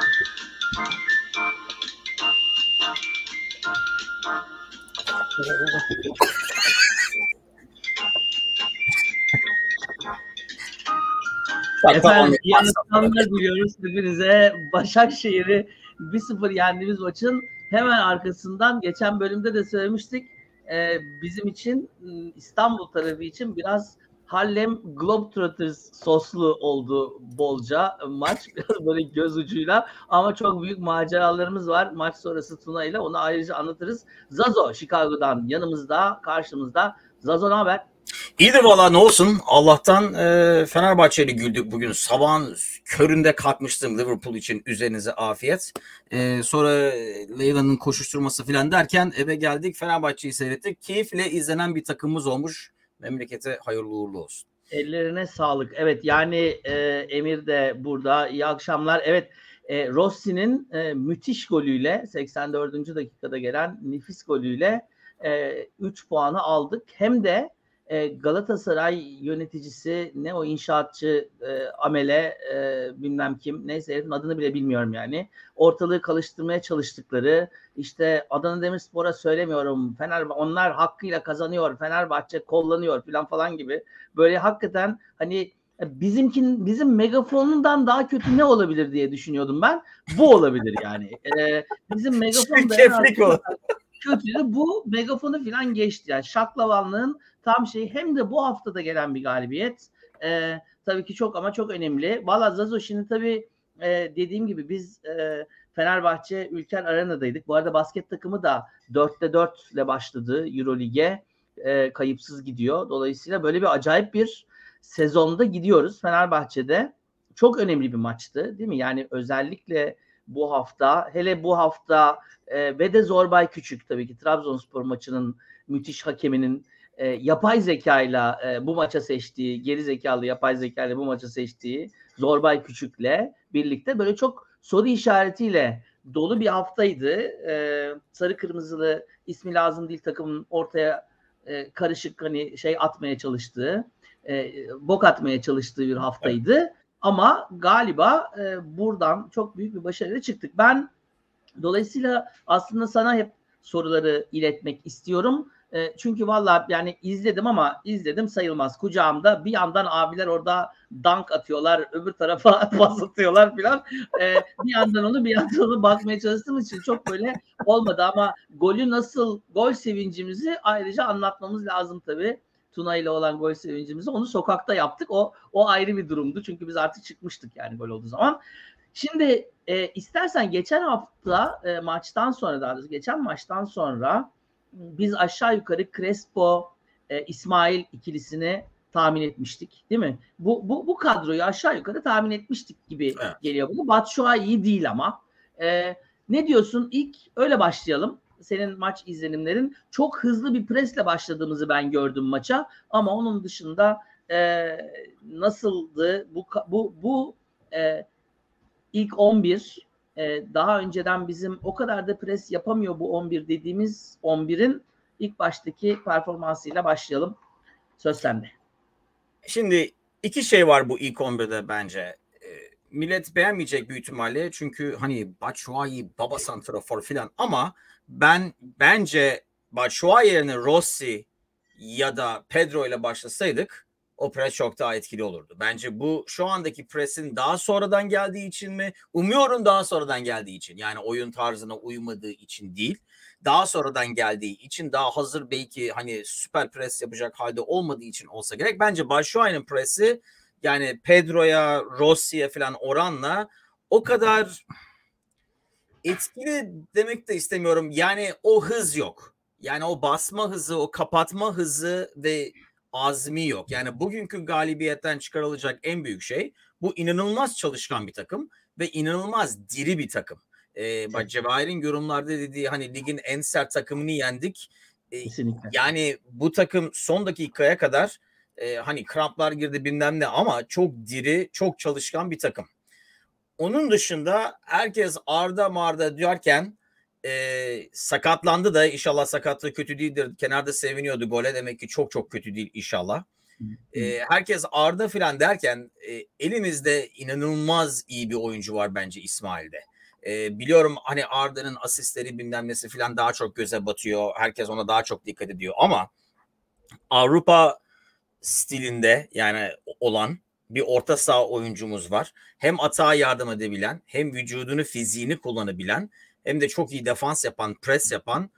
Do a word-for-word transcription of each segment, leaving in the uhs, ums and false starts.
Efendim iyi akşamlar diliyoruz hepinize. Başakşehir'i bir sıfır yendiğimiz maçın hemen arkasından geçen bölümde de söylemiştik. Ee, bizim için İstanbul tarafı için biraz Harlem Globetrotters soslu oldu bolca maç. Biraz böyle göz ucuyla ama çok büyük maceralarımız var. Maç sonrası Tuna ile onu ayrıca anlatırız. Zazo Chicago'dan yanımızda, karşımızda. Zazo ne haber? İyidir valla, ne olsun. Allah'tan e, Fenerbahçeli güldük bugün. Sabahın köründe kalkmıştım Liverpool için, üzerinize afiyet. E, sonra Leyla'nın koşuşturması falan derken eve geldik. Fenerbahçe'yi seyrettik. Keyifle izlenen bir takımımız olmuş. Memlekete hayırlı uğurlu olsun. Ellerine sağlık. Evet yani e, Emir de burada. İyi akşamlar. Evet e, Rossi'nin e, müthiş golüyle seksen dördüncü dakikada gelen nefis golüyle üç e, puanı aldık. Hem de e, Galatasaray yöneticisi ne o inşaatçı e, amele e, bilmem kim neyse herifin adını bile bilmiyorum yani. Ortalığı kalıştırmaya çalıştıkları işte Adana Demirspor'a söylemiyorum. Fenerbahçe onlar hakkıyla kazanıyor. Fenerbahçe kollanıyor falan falan gibi. Böyle hakikaten hani bizimkin bizim megafonundan daha kötü ne olabilir diye düşünüyordum ben. Bu olabilir yani. Ee, bizim megafon da en az kötüydü. Bu megafonu falan geçti. Yani şaklavanlığın tam şeyi, hem de bu haftada gelen bir galibiyet. Ee, tabii ki çok ama çok önemli. Valla Zazo şimdi tabii e, dediğim gibi biz e, Fenerbahçe Ülker Arena'daydık. Bu arada basket takımı da dörtte dört ile başladı Eurolig'e. E, kayıpsız gidiyor. Dolayısıyla böyle bir acayip bir sezonda gidiyoruz. Fenerbahçe'de çok önemli bir maçtı değil mi? Yani özellikle bu hafta, hele bu hafta e, ve de Zorbay Küçük tabii ki Trabzonspor maçının müthiş hakeminin e, yapay zekayla e, bu maça seçtiği, geri zekalı yapay zekayla bu maça seçtiği Zorbay Küçük'le birlikte böyle çok soru işaretiyle dolu bir haftaydı. E, sarı kırmızılı ismi lazım değil takımın ortaya e, karışık hani şey atmaya çalıştığı, e, bok atmaya çalıştığı bir haftaydı. Evet. Ama galiba e, buradan çok büyük bir başarıyla çıktık. Ben dolayısıyla aslında sana hep soruları iletmek istiyorum. E, çünkü valla yani izledim ama izledim sayılmaz. Kucağımda bir yandan abiler orada dank atıyorlar, öbür tarafa pas atıyorlar filan. E, bir yandan onu bir yandan onu bakmaya çalıştığım için çok böyle olmadı ama golü nasıl, gol sevincimizi ayrıca anlatmamız lazım tabii. Tuna ile olan gol sevincimizi onu sokakta yaptık. O o ayrı bir durumdu. Çünkü biz artık çıkmıştık yani gol olduğu zaman. Şimdi e, istersen geçen hafta e, maçtan sonra daha doğrusu geçen maçtan sonra biz aşağı yukarı Crespo, e, İsmail ikilisini tahmin etmiştik değil mi? Bu, bu, bu kadroyu aşağı yukarı tahmin etmiştik gibi evet. Geliyor. Bu Batshuayi iyi değil ama. E, ne diyorsun? İlk öyle başlayalım. Senin maç izlenimlerin, çok hızlı bir presle başladığımızı ben gördüm maça ama onun dışında e, nasıldı bu bu bu e, ilk on bir e, daha önceden bizim o kadar da pres yapamıyor bu on bir dediğimiz on birin ilk baştaki performansıyla başlayalım. Söz sende. Şimdi iki şey var bu ilk on birde bence. E, millet beğenmeyecek büyük ihtimalle çünkü hani Batshuayi baba santrafor filan ama ben bence Batshuayi yerine Rossi ya da Pedro ile başlasaydık o pres çok daha etkili olurdu. Bence bu şu andaki presin daha sonradan geldiği için mi? Umuyorum daha sonradan geldiği için. Yani oyun tarzına uymadığı için değil. Daha sonradan geldiği için, daha hazır belki hani süper pres yapacak halde olmadığı için olsa gerek. Bence Batshuayi'nin presi yani Pedro'ya, Rossi'ye falan oranla o kadar etkili demek de istemiyorum. Yani o hız yok. Yani o basma hızı, o kapatma hızı ve azmi yok. Yani bugünkü galibiyetten çıkarılacak en büyük şey bu inanılmaz çalışkan bir takım ve inanılmaz diri bir takım. Ee, bak Cevahir'in yorumlarda dediği hani ligin en sert takımını yendik. Ee, yani bu takım son dakikaya kadar e, hani kramplar girdi bilmem ne ama çok diri, çok çalışkan bir takım. Onun dışında herkes Arda Marda diyorken e, sakatlandı da inşallah sakatlığı kötü değildir. Kenarda seviniyordu gole, demek ki çok çok kötü değil inşallah. E, herkes Arda filan derken e, elimizde inanılmaz iyi bir oyuncu var bence İsmail'de. E, biliyorum hani Arda'nın asistleri bilmem nesi falan daha çok göze batıyor. Herkes ona daha çok dikkat ediyor ama Avrupa stilinde yani olan bir orta saha oyuncumuz var. Hem atağa yardım edebilen, hem vücudunu, fiziğini kullanabilen, hem de çok iyi defans yapan, pres yapan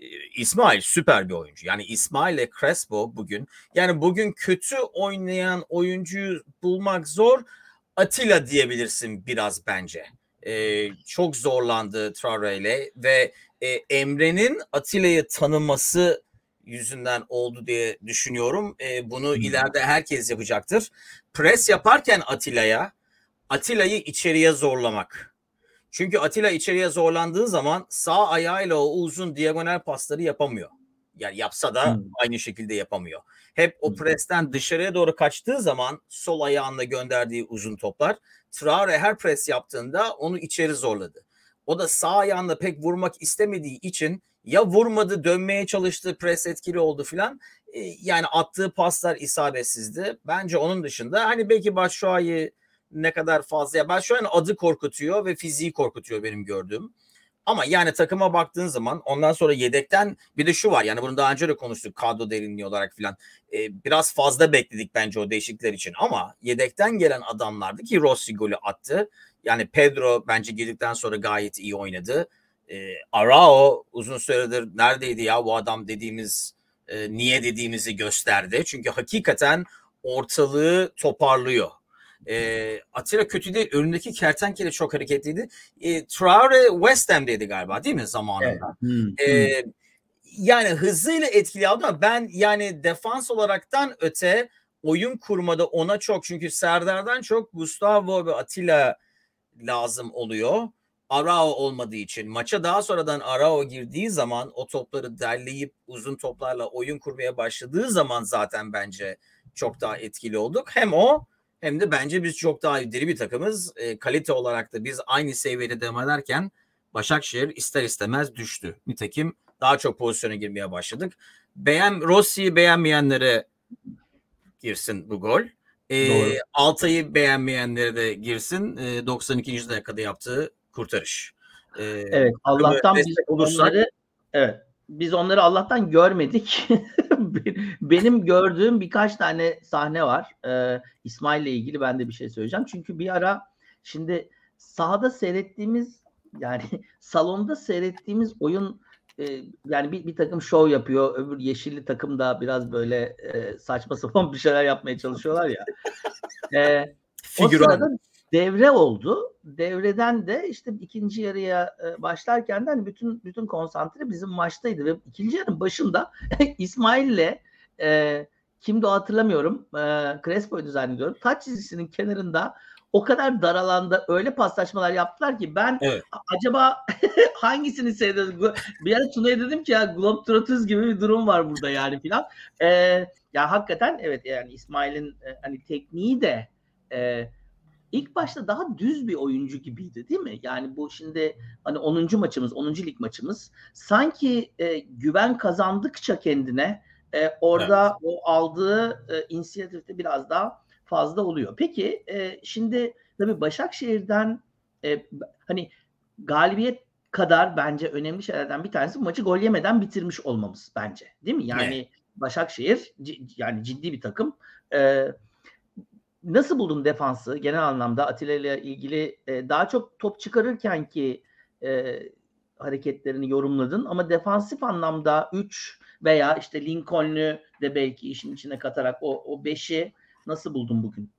İsmail süper bir oyuncu. Yani İsmail ile Crespo bugün, yani bugün kötü oynayan oyuncuyu bulmak zor. Atilla diyebilirsin biraz bence. Ee, çok zorlandı Traore ile ve e, Emre'nin Atilla'yı tanıması yüzünden oldu diye düşünüyorum. E, bunu hmm. ileride herkes yapacaktır. Pres yaparken Atilla'ya, Atilla'yı içeriye zorlamak. Çünkü Atilla içeriye zorlandığı zaman sağ ayağıyla o uzun diagonal pasları yapamıyor. Yani yapsa da hmm. aynı şekilde yapamıyor. Hep o presten dışarıya doğru kaçtığı zaman sol ayağında gönderdiği uzun toplar, Traore her pres yaptığında onu içeri zorladı. O da sağ ayağında pek vurmak istemediği için ya vurmadı, dönmeye çalıştı, pres etkili oldu filan. E, yani attığı paslar isabetsizdi. Bence onun dışında hani belki Batshuayi ne kadar fazla. Ya ben şu an adı korkutuyor ve fiziği korkutuyor benim gördüğüm. Ama yani takıma baktığın zaman ondan sonra yedekten bir de şu var. Yani bunu daha önce de konuştuk kadro derinliği olarak filan. Ee, biraz fazla bekledik bence o değişiklikler için. Ama yedekten gelen adamlardı ki Rossi golü attı. Yani Pedro bence girdikten sonra gayet iyi oynadı. Ee, Arao uzun süredir neredeydi ya bu adam dediğimiz e, niye dediğimizi gösterdi. Çünkü hakikaten ortalığı toparlıyor. E, Atilla kötü değil. Önündeki kertenkele çok hareketliydi. E, Traore West Ham'deydi galiba değil mi zamanında? Evet. Hmm, e, hmm. Yani hızıyla etkili aldı ama ben yani defans olaraktan öte oyun kurmada ona çok, çünkü Serdar'dan çok Gustavo ve Atilla lazım oluyor. Arao olmadığı için. Maça daha sonradan Arao girdiği zaman o topları derleyip uzun toplarla oyun kurmaya başladığı zaman zaten bence çok daha etkili olduk. Hem o hem de bence biz çok daha diri bir takımız. E, kalite olarak da biz aynı seviyede devam ederken Başakşehir ister istemez düştü. Nitekim daha çok pozisyona girmeye başladık. Beğen, Rossi'yi beğenmeyenlere girsin bu gol. E, Altay'ı beğenmeyenlere de girsin. E, doksan ikinci dakikada yaptığı kurtarış. E, evet, Allah'tan biz olursak, onları evet, biz onları Allah'tan görmedik. Benim gördüğüm birkaç tane sahne var. Ee, İsmail'le ilgili ben de bir şey söyleyeceğim. Çünkü bir ara şimdi sahada seyrettiğimiz, yani salonda seyrettiğimiz oyun e, yani bir, bir takım şov yapıyor. Öbür yeşilli takım da biraz böyle e, saçma sapan bir şeyler yapmaya çalışıyorlar ya. E, o sırada devre oldu. Devreden de işte ikinci yarıya başlarken de hani bütün bütün konsantre bizim maçtaydı ve ikinci yarının başında İsmail'le e, kimdi o hatırlamıyorum. E, Crespo'ydu zannediyorum. Taç çizgisinin kenarında o kadar dar alanda öyle paslaşmalar yaptılar ki ben evet. acaba hangisini seyrediyorum? Bir ara Tuna'ya dedim ki ya Globetrotters gibi bir durum var burada yani filan. E, ya hakikaten evet, yani İsmail'in e, hani tekniği de e, İlk başta daha düz bir oyuncu gibiydi değil mi? Yani bu şimdi hani onuncu maçımız, onuncu lig maçımız. Sanki e, güven kazandıkça kendine e, orada evet. o aldığı e, inisiyatifte biraz daha fazla oluyor. Peki e, şimdi tabii Başakşehir'den e, hani galibiyet kadar bence önemli şeylerden bir tanesi maçı gol yemeden bitirmiş olmamız bence. Değil mi? Yani evet. Başakşehir c- yani ciddi bir takım. E, Nasıl buldun defansı genel anlamda Atilla ile ilgili? E, daha çok top çıkarırken ki e, hareketlerini yorumladın ama defansif anlamda üç veya işte Lincoln'ü de belki işin içine katarak o o beşi nasıl buldun bugün?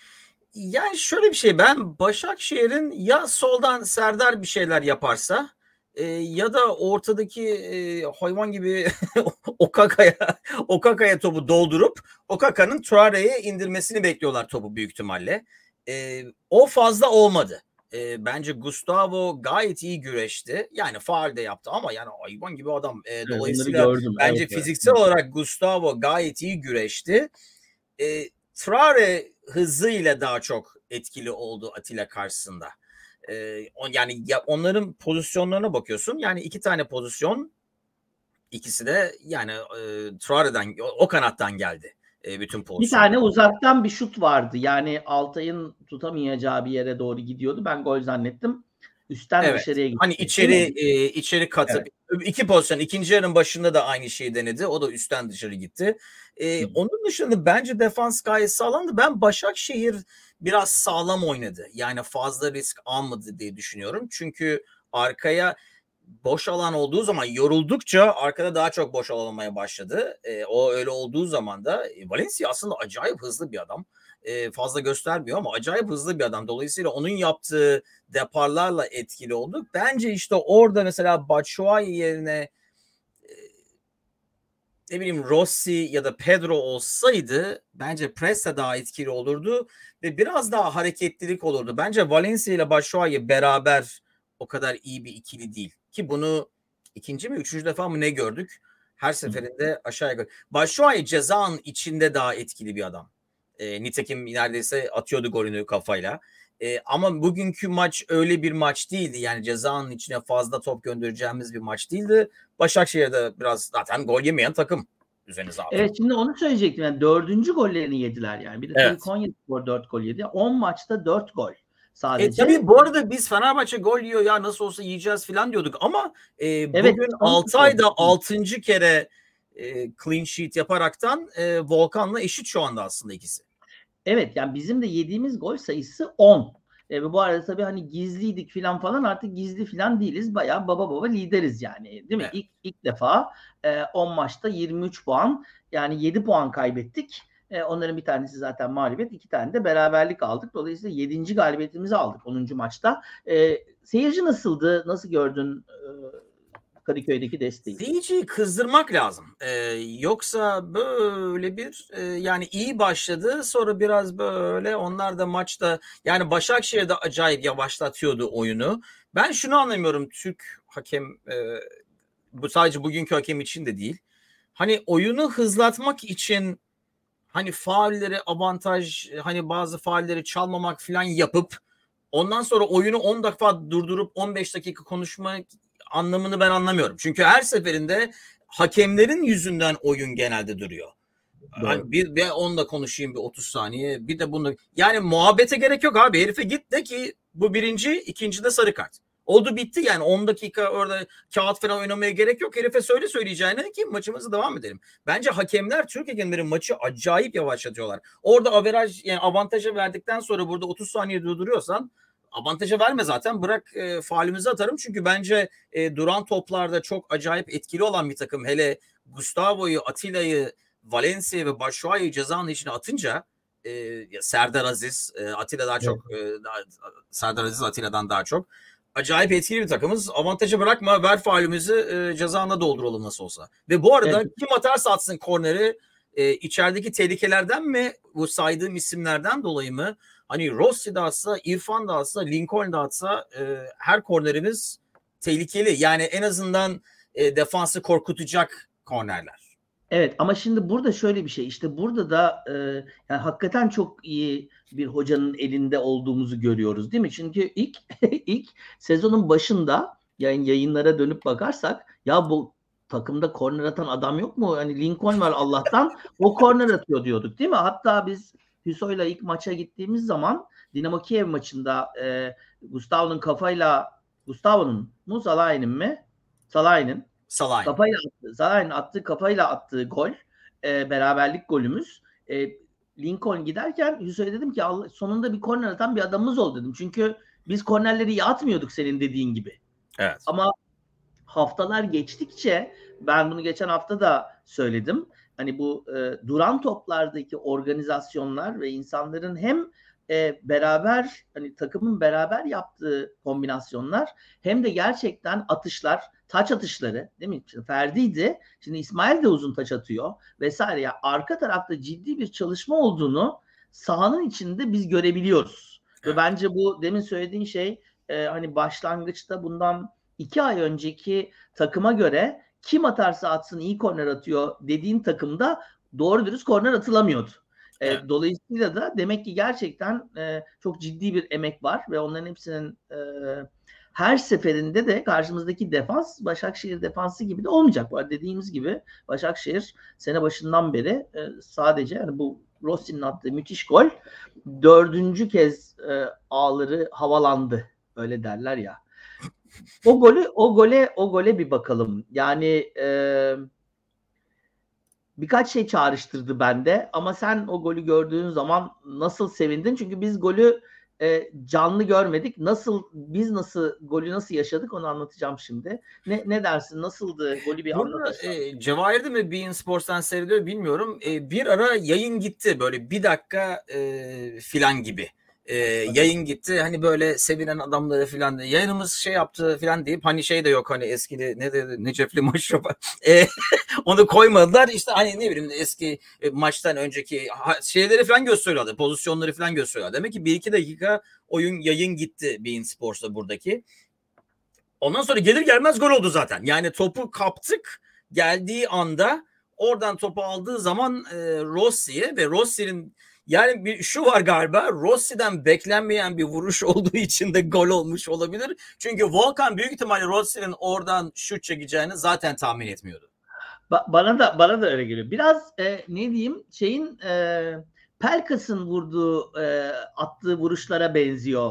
Yani şöyle bir şey, ben Başakşehir'in ya soldan Serdar bir şeyler yaparsa e, ya da ortadaki e, hayvan gibi Okaka'ya Okaka'ya topu doldurup Okaka'nın Traore'ye indirmesini bekliyorlar topu büyük ihtimalle. E, o fazla olmadı. E, bence Gustavo gayet iyi güreşti. Yani faul de yaptı ama yani hayvan gibi adam. E, dolayısıyla gördüm, bence evet, fiziksel evet. olarak Gustavo gayet iyi güreşti. E, Traore hızıyla daha çok etkili oldu Atilla karşısında. Ee, yani ya onların pozisyonlarına bakıyorsun. Yani iki tane pozisyon, ikisi de yani e, Traore'den o kanattan geldi. E, bütün pozisyon. Bir tane uzaktan bir şut vardı. Yani Altay'ın tutamayacağı bir yere doğru gidiyordu. Ben gol zannettim. Üstten Evet. dışarıya gitti. Hani içeri e, içeri katıp evet. iki pozisyon ikinci yarının başında da aynı şeyi denedi. O da üstten dışarı gitti. E, onun dışında bence defans gayet sağlamdı. Ben Başakşehir biraz sağlam oynadı. Yani fazla risk almadı diye düşünüyorum. Çünkü arkaya boş alan olduğu zaman yoruldukça arkada daha çok boş alan olmaya başladı. E, o öyle olduğu zaman da e, Valencia aslında acayip hızlı bir adam. E, fazla göstermiyor ama acayip hızlı bir adam. Dolayısıyla onun yaptığı deparlarla etkili olduk. Bence işte orada mesela Batshuayi yerine e, ne bileyim Rossi ya da Pedro olsaydı bence Presta daha etkili olurdu ve biraz daha hareketlilik olurdu. Bence Valencia ile Batshuayi beraber o kadar iyi bir ikili değil. Ki bunu ikinci mi üçüncü defa mı ne gördük? Her seferinde aşağı yukarı. Batshuayi cezanın içinde daha etkili bir adam. E, nitekim neredeyse atıyordu golünü kafayla. E, ama bugünkü maç öyle bir maç değildi. Yani cezanın içine fazla top göndereceğimiz bir maç değildi. Başakşehir'de biraz zaten gol yemeyen takım üzerinize abi. Evet, şimdi onu söyleyecektim. Yani dördüncü gollerini yediler yani. Bir de evet. tabii Konyaspor dört gol yedi. on maçta dört gol sadece. E tabii bu arada biz Fenerbahçe gol yiyor ya nasıl olsa yiyeceğiz falan diyorduk ama e, evet, bugün Altay'da altıncı kere e, clean sheet yaparaktan e, Volkan'la eşit şu anda aslında ikisi. Evet, yani bizim de yediğimiz gol sayısı on. E, bu arada tabii hani gizliydik falan falan, artık gizli falan değiliz. Bayağı baba baba lideriz yani, değil mi? Evet. İlk, ilk defa e, on maçta yirmi üç puan, yani yedi puan kaybettik. E, onların bir tanesi zaten mağlubiyet, iki tane de beraberlik aldık. Dolayısıyla yedinci galibiyetimizi aldık onuncu maçta. E, seyirci nasıldı? Nasıl gördün e, Kadıköy'deki desteği? Seyirciyi kızdırmak lazım. Ee, yoksa böyle bir e, yani iyi başladı sonra biraz böyle onlar da maçta yani Başakşehir'de acayip yavaşlatıyordu oyunu. Ben şunu anlamıyorum Türk hakem e, bu sadece bugünkü hakem için de değil. Hani oyunu hızlatmak için hani faulleri avantaj hani bazı faulleri çalmamak falan yapıp ondan sonra oyunu on dakika durdurup on beş dakika konuşma anlamını ben anlamıyorum. Çünkü her seferinde hakemlerin yüzünden oyun genelde duruyor. Hani bir, bir onunla konuşayım bir otuz saniye bir de bunu yani muhabbete gerek yok abi herife git de ki bu birinci ikinci de sarı kart. Oldu bitti yani on dakika orada kağıt falan oynamaya gerek yok. Herife söyle söyleyeceğine ki maçımızı devam edelim. Bence hakemler Türk hakemleri maçı acayip yavaşlatıyorlar. Orada averaj yani avantaja verdikten sonra burada otuz saniye durduruyorsan avantaja verme zaten bırak e, faalimizi atarım. Çünkü bence e, duran toplarda çok acayip etkili olan bir takım. Hele Gustavo'yu, Atilla'yı, Valencia ve Batshuayi'yi cezanın içine atınca e, Serdar Aziz, e, Atilla daha çok e, daha, Serdar Aziz Atilla'dan daha çok acayip etkili bir takımız. Avantajı bırakma ver faalimizi e, cezanla dolduralım nasıl olsa. Ve bu arada evet. Kim atarsa atsın korneri e, içerideki tehlikelerden mi bu saydığım isimlerden dolayı mı? Hani Rossi de atsa, İrfan da atsa, Lincoln da atsa e, her kornerimiz tehlikeli. Yani en azından e, defansı korkutacak kornerler. Evet ama şimdi burada şöyle bir şey, işte burada da e, yani hakikaten çok iyi bir hocanın elinde olduğumuzu görüyoruz değil mi? Çünkü ilk ilk sezonun başında yani yayınlara dönüp bakarsak ya bu takımda korner atan adam yok mu? Hani Lincoln var Allah'tan o korner atıyor diyorduk değil mi? Hatta biz Hüso'yla ilk maça gittiğimiz zaman Dinamo Kiev maçında e, Gustavo'nun kafayla Gustavo'nun mu Salah'ın mi? Salah'ın Salah'ın. Kafayla attı, Salah'ın attığı kafayla attığı gol, e, beraberlik golümüz. E, Lincoln giderken Hüso'ya dedim ki sonunda bir korner atan bir adamımız oldu dedim. Çünkü biz kornerleri iyi atmıyorduk senin dediğin gibi. Evet. Ama haftalar geçtikçe ben bunu geçen hafta da söyledim. Hani bu e, duran toplardaki organizasyonlar ve insanların hem e, beraber hani takımın beraber yaptığı kombinasyonlar hem de gerçekten atışlar, taç atışları değil mi? Şimdi Ferdi'ydi. Şimdi İsmail de uzun taç atıyor vesaire. Ya arka tarafta ciddi bir çalışma olduğunu sahanın içinde biz görebiliyoruz. Evet. Ve bence bu demin söylediğin şey e, hani başlangıçta bundan iki ay önceki takıma göre kim atarsa atsın iyi korner atıyor dediğin takımda doğru dürüst korner atılamıyordu. Evet. E, dolayısıyla da demek ki gerçekten e, çok ciddi bir emek var ve onların hepsinin e, her seferinde de karşımızdaki defans Başakşehir defansı gibi de olmayacak. Var dediğimiz gibi Başakşehir sene başından beri e, sadece yani bu Rossi'nin attığı müthiş gol dördüncü kez e, ağları havalandı. Öyle derler ya. O golü o gole o gole bir bakalım. Yani e, birkaç şey çağrıştırdı bende ama sen o golü gördüğün zaman nasıl sevindin? Çünkü biz golü e, canlı görmedik. Nasıl biz nasıl golü nasıl yaşadık onu anlatacağım şimdi. Ne ne dersin? Nasıldı? Golü bir Burada anlatırsan. e, Cevahir'de mi beIN Sports'tan seyrediyor bilmiyorum. E, bir ara yayın gitti böyle bir dakika e, filan gibi. E, yayın gitti hani böyle sevinen adamları filan yayınımız şey yaptı filan deyip hani şey de yok hani eski ne dedi Necefli Maşrafa e, onu koymadılar işte hani ne bileyim eski e, maçtan önceki ha, şeyleri filan gösteriyorlardı pozisyonları filan gösteriyorlar. Demek ki bir iki dakika oyun yayın gitti beIN Sports'ta buradaki. Ondan sonra gelir gelmez gol oldu zaten. Yani topu kaptık geldiği anda oradan topu aldığı zaman e, Rossi'ye ve Rossi'nin yani bir şu var galiba Rossi'den beklenmeyen bir vuruş olduğu için de gol olmuş olabilir. Çünkü Volkan büyük ihtimalle Rossi'nin oradan şut çekeceğini zaten tahmin etmiyordu. Ba- bana da bana da öyle geliyor. Biraz e, ne diyeyim şeyin e, Pelkas'ın vurduğu e, attığı vuruşlara benziyor.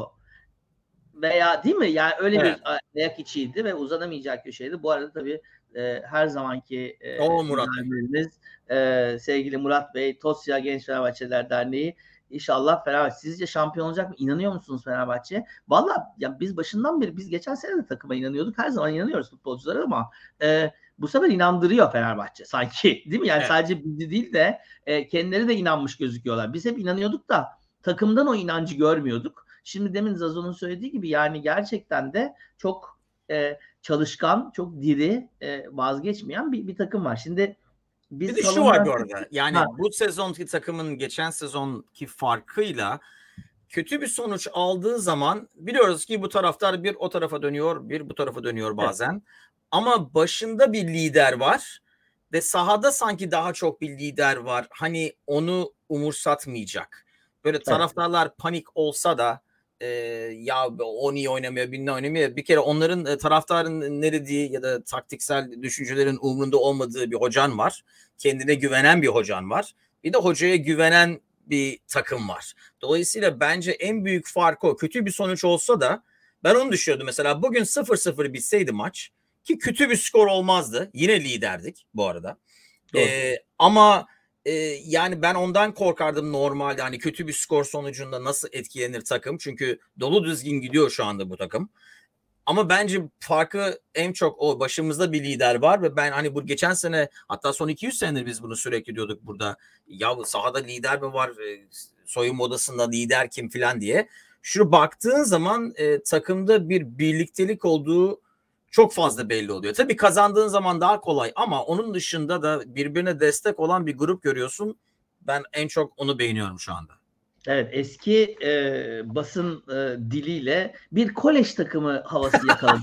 Veya değil mi? Yani öyle Evet. bir ayak içiydi ve uzanamayacak köşeydi. Bu arada tabii e, her zamanki e, O Murat Bey. müdavimimiz e, sevgili Murat Bey, Tosya Genç Fenerbahçeliler Derneği İnşallah Fenerbahçe. Sizce şampiyon olacak mı? İnanıyor musunuz Fenerbahçe'ye? Valla ya biz başından beri biz geçen sene de takıma inanıyorduk. Her zaman inanıyoruz futbolculara ama e, bu sefer inandırıyor Fenerbahçe sanki. Değil mi? Yani Evet. sadece bizi değil de e, kendileri de inanmış gözüküyorlar. Biz hep inanıyorduk da takımdan o inancı görmüyorduk. Şimdi demin Zazo'nun söylediği gibi yani gerçekten de çok e, çalışkan, çok diri, e, vazgeçmeyen bir, bir takım var. Şimdi Bir biz de şu var bu salonlarda arada. Yani ha, bu sezonki takımın geçen sezonki farkıyla kötü bir sonuç aldığı zaman biliyoruz ki bu taraftar bir o tarafa dönüyor, bir bu tarafa dönüyor evet, bazen. Ama başında bir lider var ve sahada sanki daha çok bir lider var. Hani onu umursatmayacak. Böyle evet, taraftarlar panik olsa da e, ya o niye oynamıyor, bir oynamıyor. Bir kere onların e, taraftarın ne dediği ya da taktiksel düşüncelerin umrunda olmadığı bir hocan var. Kendine güvenen bir hocan var. Bir de hocaya güvenen bir takım var. Dolayısıyla bence en büyük fark o. Kötü bir sonuç olsa da ben onu düşünüyordum. Mesela bugün sıfır sıfır bitseydi maç ki kötü bir skor olmazdı. Yine liderdik bu arada. doğru. Ee, ama e, yani ben ondan korkardım normalde. Hani kötü bir skor sonucunda nasıl etkilenir takım? Çünkü dolu düzgün gidiyor şu anda bu takım. Ama bence farkı en çok o başımızda bir lider var ve ben hani bu geçen sene hatta son iki yüz senedir biz bunu sürekli diyorduk burada. Ya sahada lider mi var? Soyunma odasında lider kim falan diye. Şunu baktığın zaman e, takımda bir birliktelik olduğu çok fazla belli oluyor. Tabii kazandığın zaman daha kolay ama onun dışında da birbirine destek olan bir grup görüyorsun. Ben en çok onu beğeniyorum şu anda. Evet, eski e, basın e, diliyle bir kolej takımı havası yakaladı.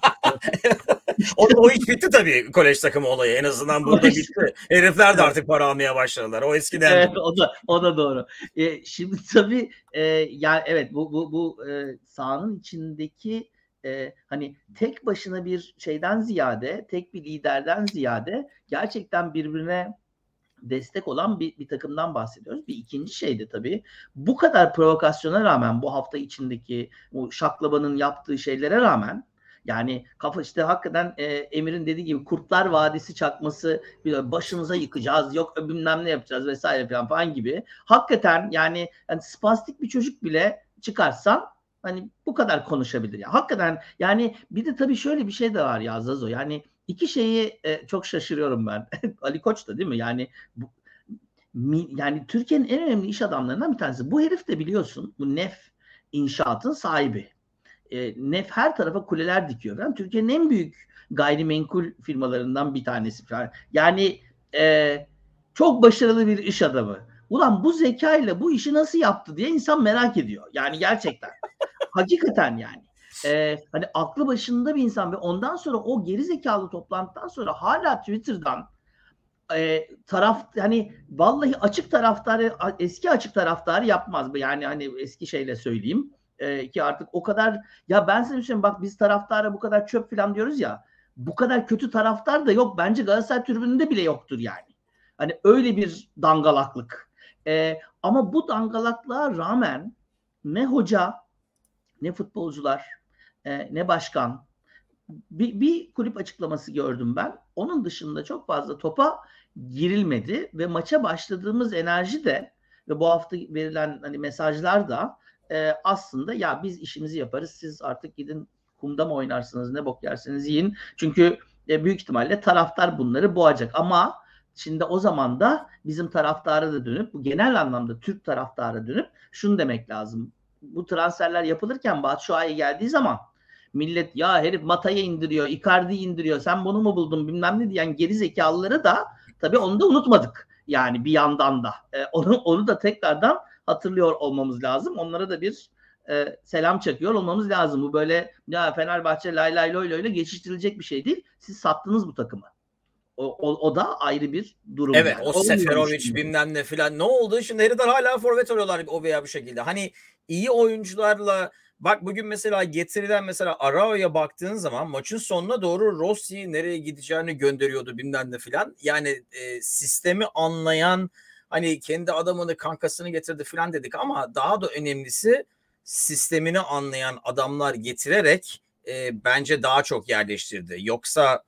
o, o iş bitti tabii kolej takımı olayı. En azından burada Kolej. bitti. Herifler de Evet. artık para almaya başladılar. O eskidendi. Evet, o da o da doğru. E, şimdi tabii e, yani evet bu bu bu e, sahanın içindeki e, hani tek başına bir şeyden ziyade, tek bir liderden ziyade gerçekten birbirine destek olan bir, bir takımdan bahsediyoruz. Bir ikinci şey de tabii bu kadar provokasyona rağmen bu hafta içindeki bu şaklabanın yaptığı şeylere rağmen yani kafa işte hakikaten e, Emir'in dediği gibi Kurtlar Vadisi çakması başımıza yıkacağız yok bilmem ne yapacağız vesaire falan falan gibi. Hakikaten yani, yani spastik bir çocuk bile çıkarsan hani bu kadar konuşabilir. Ya. Hakikaten yani bir de tabii şöyle bir şey de var ya Zazo yani iki şeyi e, çok şaşırıyorum ben. Ali Koç da değil mi? Yani bu, mi, yani Türkiye'nin en önemli iş adamlarından bir tanesi. Bu herif de biliyorsun bu Nef inşaatın sahibi. E, Nef her tarafa kuleler dikiyor. Falan. Türkiye'nin en büyük gayrimenkul firmalarından bir tanesi falan. Yani e, çok başarılı bir iş adamı. Ulan bu zekayla bu işi nasıl yaptı diye insan merak ediyor. Yani gerçekten. Hakikaten yani. Ee, hani aklı başında bir insan ve ondan sonra o geri zekalı toplantıdan sonra hala Twitter'dan e, taraf hani vallahi açık taraftarı eski açık taraftarı yapmaz. Yani hani eski şeyle söyleyeyim e, ki artık o kadar ya ben size söyleyeyim bak biz taraftara bu kadar çöp falan diyoruz ya bu kadar kötü taraftar da yok. Bence Galatasaray tribününde bile yoktur yani. Hani öyle bir dangalaklık. E, ama bu dangalaklığa rağmen ne hoca ne futbolcular, e, ne başkan bir, bir kulüp açıklaması gördüm ben. Onun dışında çok fazla topa girilmedi ve maça başladığımız enerji de ve bu hafta verilen hani mesajlar da e, aslında ya biz işimizi yaparız, siz artık gidin kumda mı oynarsınız, ne bok yerseniz yiyin. Çünkü e, büyük ihtimalle taraftar bunları boğacak. Ama şimdi o zaman da bizim taraftara da dönüp, bu genel anlamda Türk taraftara dönüp şunu demek lazım. Bu transferler yapılırken Batshuayi geldiği zaman millet ya herif Mata'ya indiriyor, Icardi indiriyor, sen bunu mu buldun bilmem ne diyen geri zekalıları da tabii onu da unutmadık. Yani bir yandan da. E, onu, onu da tekrardan hatırlıyor olmamız lazım. Onlara da bir e, selam çakıyor olmamız lazım. Bu böyle ya Fenerbahçe lay lay loy loyla geçiştirilecek bir şey değil. Siz sattınız bu takımı. O, o, o da ayrı bir durum. Evet, yani. o Seferovic bilmem ne filan ne oldu? Şimdi herifler hala forvet arıyorlar o veya bu şekilde. Hani iyi oyuncularla bak bugün mesela getirilen mesela Arao'ya baktığın zaman maçın sonuna doğru Rossi nereye gideceğini gönderiyordu bilmem ne filan. Yani e, sistemi anlayan hani kendi adamını kankasını getirdi filan dedik ama daha da önemlisi sistemini anlayan adamlar getirerek e, bence daha çok yerleştirdi. Yoksa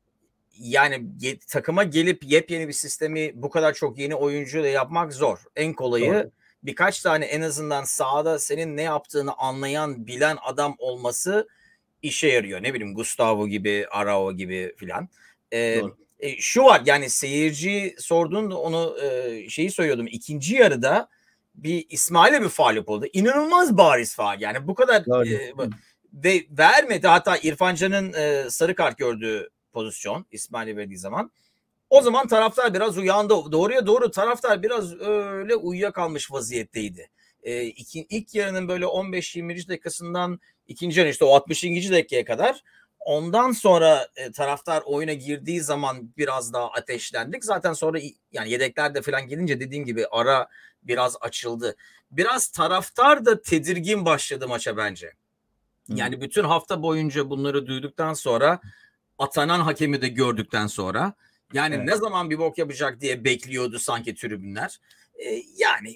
yani takıma gelip yepyeni bir sistemi bu kadar çok yeni oyuncuyla yapmak zor. En kolayı Doğru. birkaç tane en azından sahada senin ne yaptığını anlayan, bilen adam olması işe yarıyor. Ne bileyim Gustavo gibi, Arao gibi filan. Ee, e, şu var yani seyirci sorduğunda onu e, şeyi söylüyordum. İkinci yarıda bir İsmail'e bir faul yapıldı. İnanılmaz bariz faul. Yani bu kadar e, ve vermedi. Hatta İrfan Can'ın e, sarı kart gördüğü pozisyon İsmail'e verdiği zaman. O zaman taraftar biraz uyandı. Doğruya doğru taraftar biraz öyle uyuyakalmış vaziyetteydi. Ee, iki, ilk yarının böyle on beş yirmi dakikasından ikinci yarı işte o altmışıncı dakikaya kadar ondan sonra e, taraftar oyuna girdiği zaman biraz daha ateşlendik. Zaten sonra yani yedekler de falan gelince dediğim gibi ara biraz açıldı. Biraz taraftar da tedirgin başladı maça bence. Yani hmm. bütün hafta boyunca bunları duyduktan sonra atanan hakemi de gördükten sonra yani evet. ne zaman bir bok yapacak diye bekliyordu sanki tribünler. Ee, yani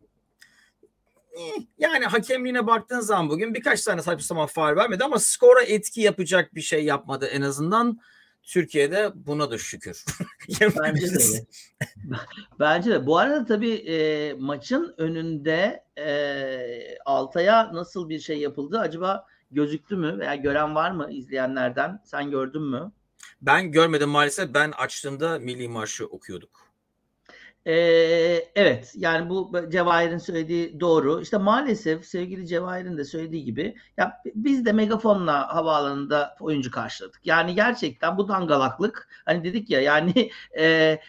yani hakemliğine baktığın zaman bugün birkaç tane saçma sapan faul vermedi ama skora etki yapacak bir şey yapmadı en azından. Türkiye'de buna da şükür. Bence de. Bence de. Bu arada tabii e, maçın önünde e, Altay'a nasıl bir şey yapıldı acaba gözüktü mü veya gören var mı izleyenlerden? Sen gördün mü? Ben görmedim maalesef. Ben açtığımda Milli Marşı okuyorduk. Ee, evet yani bu Cevahir'in söylediği doğru. İşte maalesef sevgili Cevahir'in de söylediği gibi ya biz de megafonla havaalanında oyuncu karşıladık. Yani gerçekten bu dangalaklık hani dedik ya yani e,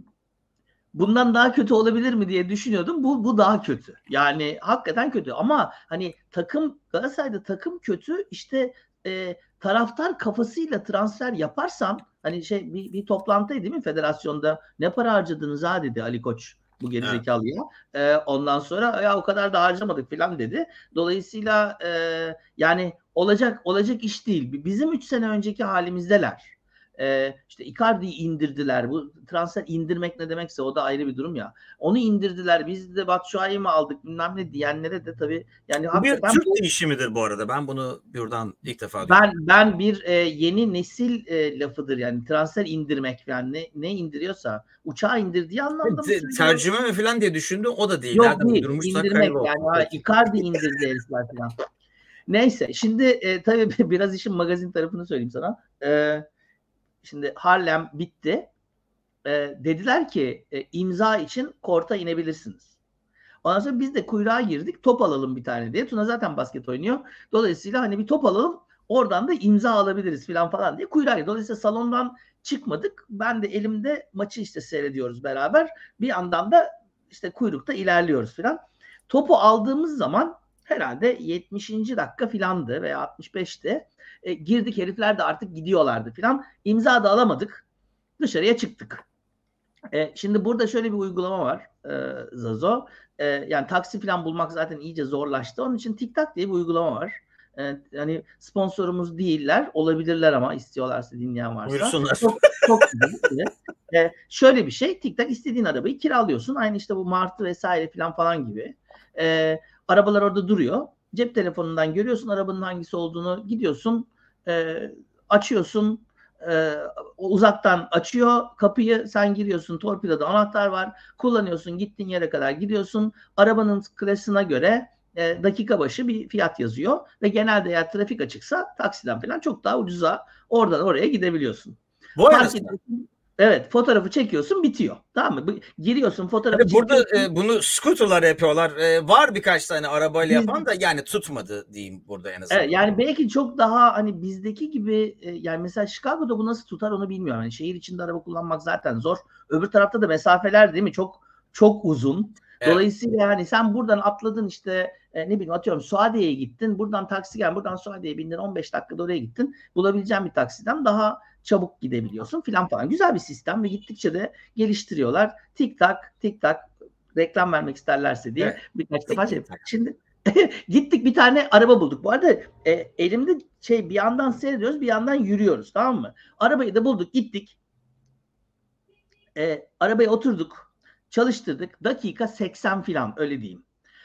bundan daha kötü olabilir mi diye düşünüyordum. Bu bu daha kötü. Yani hakikaten kötü ama hani takım Galatasaray'da takım kötü işte e, taraftar kafasıyla transfer yaparsan hani şey bir, bir toplantıdaydı değil mi federasyonda ne para harcadınız ha dedi Ali Koç bu gerizekalıya. Evet. E, ondan sonra ya o kadar da harcamadık falan dedi. Dolayısıyla e, yani olacak olacak iş değil. Bizim üç sene önceki halimizdeler. Ee, işte Icardi'yi indirdiler. Bu transfer indirmek ne demekse o da ayrı bir durum ya. Onu indirdiler. Biz de Batshuayi mi aldık bilmem ne diyenlere de tabii yani bu bir Türk değişimidir bu arada. Ben bunu buradan ilk defa ben diyorum. Ben bir e, yeni nesil e, lafıdır yani transfer indirmek yani ne, ne indiriyorsa uçağı indirdiği anlamda mı söylüyor? Tercüme mi falan diye düşündüm. O da değil. Yok Nereden değil. İndirmek yani. Ha, Icardi indirdi herifler falan. Neyse şimdi e, tabii biraz işin magazin tarafını söyleyeyim sana. Eee Şimdi Harlem bitti. E, dediler ki e, imza için korta inebilirsiniz. Ondan sonra biz de kuyruğa girdik. Top alalım bir tane diye. Tuna zaten basket oynuyor. Dolayısıyla hani bir top alalım. Oradan da imza alabiliriz falan falan diye kuyruğa girdik. Dolayısıyla salondan çıkmadık. Ben de elimde maçı işte seyrediyoruz beraber. Bir yandan da işte kuyrukta ilerliyoruz falan. Topu aldığımız zaman herhalde yetmişinci dakika filandı veya altmış beşte. E, girdik herifler de artık gidiyorlardı filan. İmza da alamadık. Dışarıya çıktık. E, şimdi burada şöyle bir uygulama var e, Zazo. E, yani taksi falan bulmak zaten iyice zorlaştı. Onun için TikTok diye bir uygulama var. E, yani sponsorumuz değiller. Olabilirler ama istiyorlarsa dinleyen varsa. Buyursunlar. Çok, çok güzel. E, şöyle bir şey. TikTok istediğin arabayı kiralıyorsun. Aynı işte bu Martı vesaire falan falan gibi. E, arabalar orada duruyor. Cep telefonundan görüyorsun arabanın hangisi olduğunu. Gidiyorsun. E, açıyorsun, e, uzaktan açıyor kapıyı, sen giriyorsun, torpidoda anahtar var, kullanıyorsun, gittiğin yere kadar gidiyorsun. Arabanın klasına göre e, dakika başı bir fiyat yazıyor ve genelde eğer trafik açıksa taksiden falan çok daha ucuza oradan oraya gidebiliyorsun. Bu Park arasında. ediyorsun. Evet, fotoğrafı çekiyorsun, bitiyor. Tamam mı? Giriyorsun, fotoğrafı Hani burada çekiyorsun. e, bunu scooter'lar yapıyorlar. E, var birkaç tane arabayla Biz, yapan da yani tutmadı diyeyim burada en azından. evet, yani belki çok daha hani bizdeki gibi e, yani mesela Chicago'da bu nasıl tutar onu bilmiyorum. Yani şehir içinde araba kullanmak zaten zor. Öbür tarafta da mesafeler değil mi? Çok çok uzun. Evet. Dolayısıyla yani sen buradan atladın işte e, ne bileyim atıyorum Suadiye'ye gittin. Buradan taksi gel. Buradan Suadiye'ye bindin. on beş dakikada oraya gittin. Bulabileceğin bir taksiden daha çabuk gidebiliyorsun filan falan. Güzel bir sistem ve gittikçe de geliştiriyorlar. Tik tak tik tak reklam vermek isterlerse diye Evet. birkaç defa şey. Tak. Şimdi gittik bir tane araba bulduk. Bu arada e, elimde şey bir yandan seyrediyoruz bir yandan yürüyoruz, tamam mı? Arabayı da bulduk, gittik. E, arabaya oturduk. Çalıştırdık. Dakika seksen falan, öyle diyeyim.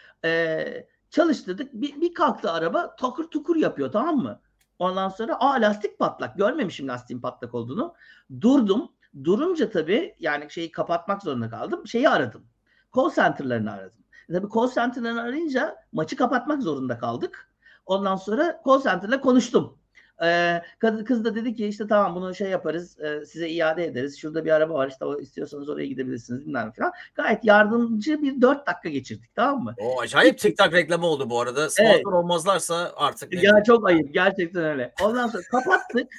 E, çalıştırdık. Bir, bir kalktı araba takır tukur yapıyor, tamam mı? Ondan sonra aa lastik patlak. Görmemişim lastiğin patlak olduğunu. Durdum. Durunca tabii yani şeyi kapatmak zorunda kaldım. Şeyi aradım. Call center'larını aradım. Tabii call center'larını arayınca maçı kapatmak zorunda kaldık. Ondan sonra call center'la konuştum. Ee, kız da dedi ki işte tamam bunu şey yaparız, e, size iade ederiz. Şurada bir araba var işte o, istiyorsanız oraya gidebilirsiniz bilmem falan. Gayet yardımcı bir dört dakika geçirdik, tamam mı? O acayip TikTok reklamı oldu bu arada. Sponsor Evet. olmazlarsa artık ne Ya diyeyim. çok ayıp, gerçekten öyle. Ondan sonra kapattık.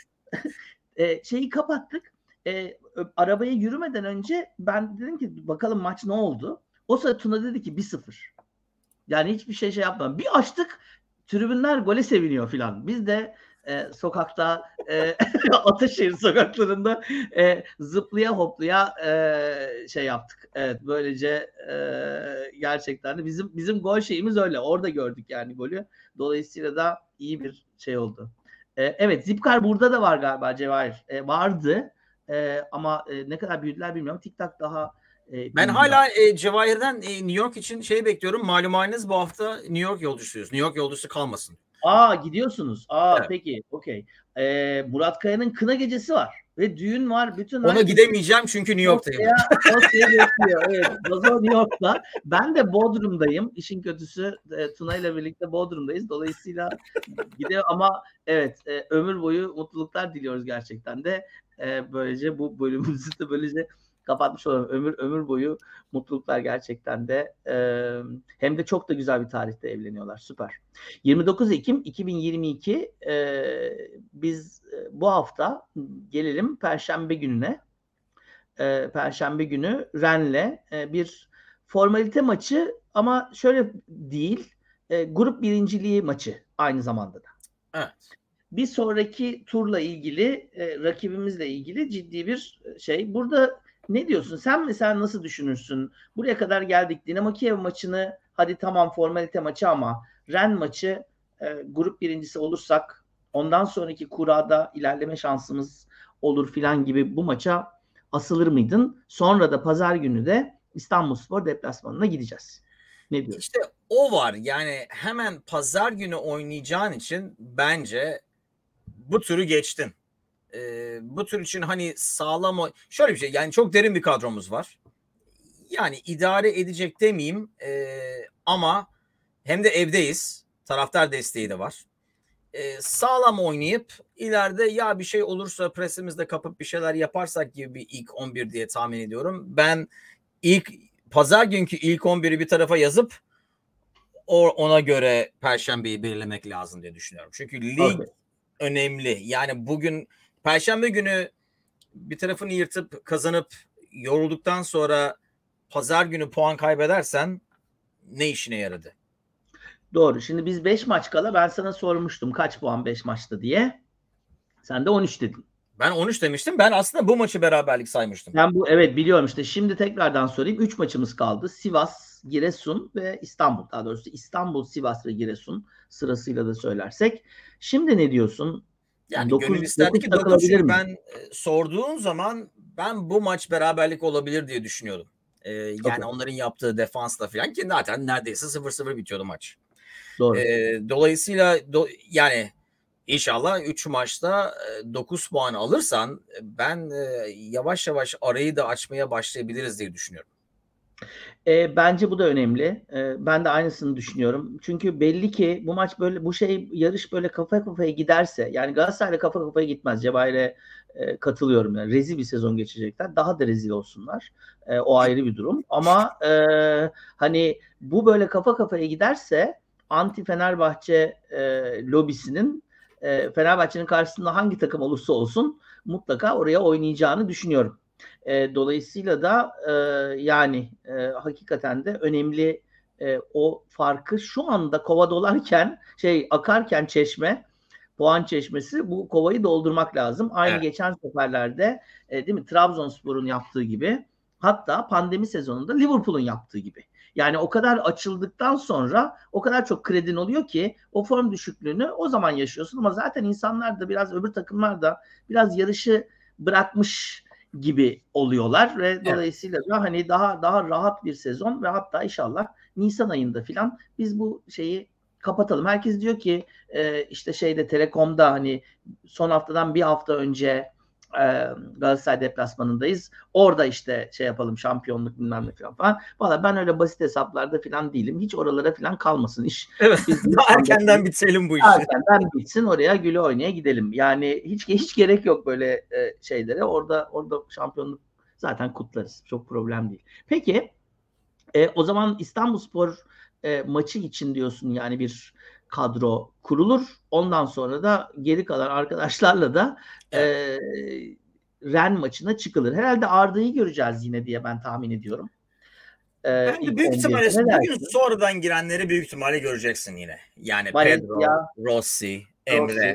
e, şeyi kapattık. E, arabaya yürümeden önce ben dedim ki bakalım maç ne oldu? O sırada Tuna dedi ki bir sıfır. Yani hiçbir şey şey yapmadan. Bir açtık, tribünler gole seviniyor filan. Biz de e, sokakta e, Ataşehir sokaklarında e, zıplaya hoplaya e, şey yaptık. Evet, böylece e, gerçekten de bizim bizim gol şeyimiz öyle. Orada gördük yani golü. Dolayısıyla da iyi bir şey oldu. E, evet, Zipcar burada da var galiba Cevahir. E, vardı. E, ama e, ne kadar büyüdüler bilmiyorum. TikTok daha e, Ben büyüdü hala e, Cevahir'den e, New York için şey bekliyorum. Malum haliniz bu hafta New York yolcusuyuz. New York yolcusu kalmasın. Aa, gidiyorsunuz. Aa, Evet. peki. Okey. Ee, Murat Kaya'nın kına gecesi var. Ve düğün var. Bütün Ona herkes gidemeyeceğim çünkü New York'tayım. Dosya'ya, Dosya'ya bekliyor. Evet. Vazo New York'ta. Ben de Bodrum'dayım. İşin kötüsü e, Tuna ile birlikte Bodrum'dayız. Dolayısıyla gidiyor ama evet e, ömür boyu mutluluklar diliyoruz gerçekten de. E, böylece bu bölümümüzü de böylece kapatmış olalım. Ömür ömür boyu mutluluklar gerçekten de. E, hem de çok da güzel bir tarihte evleniyorlar. Süper. yirmi dokuz Ekim iki bin yirmi iki e, biz e, bu hafta gelelim Perşembe gününe. E, Perşembe günü Rennes'le e, bir formalite maçı ama şöyle değil, e, grup birinciliği maçı aynı zamanda da. Evet. Bir sonraki turla ilgili, e, rakibimizle ilgili ciddi bir şey. Burada ne diyorsun? Sen mesela nasıl düşünürsün? Buraya kadar geldik. Dinamo Kiev maçını hadi tamam formalite maçı ama Rennes maçı e, grup birincisi olursak ondan sonraki kurada ilerleme şansımız olur filan gibi bu maça asılır mıydın? Sonra da pazar günü de İstanbulspor deplasmanına gideceğiz. Ne diyorsun? İşte o var. Yani hemen pazar günü oynayacağın için bence bu türü geçtin. Ee, bu tür için hani sağlam o... Şöyle bir şey, yani çok derin bir kadromuz var. Yani idare edecek demeyeyim ee, ama hem de evdeyiz. Taraftar desteği de var. Ee, sağlam oynayıp ileride ya bir şey olursa presimizde kapıp bir şeyler yaparsak gibi bir ilk on bir diye tahmin ediyorum. Ben ilk pazar günkü ilk on biri bir tarafa yazıp ona göre Perşembeyi belirlemek lazım diye düşünüyorum. Çünkü lig okay. önemli. Yani bugün Perşembe günü bir tarafını yırtıp kazanıp yorulduktan sonra pazar günü puan kaybedersen ne işine yaradı? Doğru. Şimdi biz beş maç kala ben sana sormuştum kaç puan beş maçta diye. Sen de on üç dedin. Ben on üç demiştim. Ben aslında bu maçı beraberlik saymıştım. Ben bu evet biliyorum işte. Şimdi tekrardan sorayım. üç maçımız kaldı. Sivas, Giresun ve İstanbul. Daha doğrusu İstanbul, Sivas ve Giresun sırasıyla da söylersek. Şimdi ne diyorsun? Yani dokuz, gönül isterdi ki dokuz, çünkü ben e, sorduğun zaman ben bu maç beraberlik olabilir diye düşünüyordum. Ee, yani okay. onların yaptığı defansla falan ki zaten neredeyse sıfır sıfır bitiyordu maç. Doğru. Ee, dolayısıyla do, yani İnşallah üç maçta dokuz puan alırsan ben yavaş yavaş arayı da açmaya başlayabiliriz diye düşünüyorum. E, bence bu da önemli. E, ben de aynısını düşünüyorum. Çünkü belli ki bu maç böyle, bu şey yarış böyle kafa kafaya giderse, yani Galatasaray'la kafa kafaya gitmez. Cevahir'e e, katılıyorum. Yani rezil bir sezon geçecekler. Daha da rezil olsunlar. E, o ayrı bir durum. Ama e, hani bu böyle kafa kafaya giderse anti Fenerbahçe e, lobisinin e, Fenerbahçe'nin karşısında hangi takım olursa olsun mutlaka oraya oynayacağını düşünüyorum. E, dolayısıyla da e, yani e, hakikaten de önemli e, o farkı şu anda kova dolarken, şey akarken çeşme, puan çeşmesi, bu kovayı doldurmak lazım. Aynı Evet. geçen seferlerde e, değil mi, Trabzonspor'un yaptığı gibi, hatta pandemi sezonunda Liverpool'un yaptığı gibi. Yani o kadar açıldıktan sonra o kadar çok kredin oluyor ki o form düşüklüğünü o zaman yaşıyorsun, ama zaten insanlar da biraz, öbür takımlar da biraz yarışı bırakmış gibi oluyorlar ve Evet. dolayısıyla da hani daha daha rahat bir sezon ve hatta inşallah Nisan ayında filan biz bu şeyi kapatalım. Herkes diyor ki e, işte şeyde Telekom'da hani son haftadan bir hafta önce e, Galatasaray deplasmanındayız. Orada işte şey yapalım, şampiyonluk bilmem ne falan falan. Valla ben öyle basit hesaplarda filan değilim. Hiç oralara filan kalmasın iş. Evet. Biz Daha erkenden bitirelim bu işi. erkenden bitsin, oraya güle oynaya gidelim. Yani hiç hiç gerek yok böyle e, şeylere. Orada orada şampiyonluk zaten kutlarız. Çok problem değil. Peki e, o zaman İstanbulspor e, maçı için diyorsun, yani bir kadro kurulur. Ondan sonra da geri kalan arkadaşlarla da e, Evet. Ren maçına çıkılır. Herhalde Arda'yı göreceğiz yine diye ben tahmin ediyorum. E, Ben de ilk büyük on birde ihtimalle ne bugün dersin? sonradan girenleri büyük ihtimalle göreceksin yine. Yani Valencia, Pedro, Rossi, Rossi. Emre,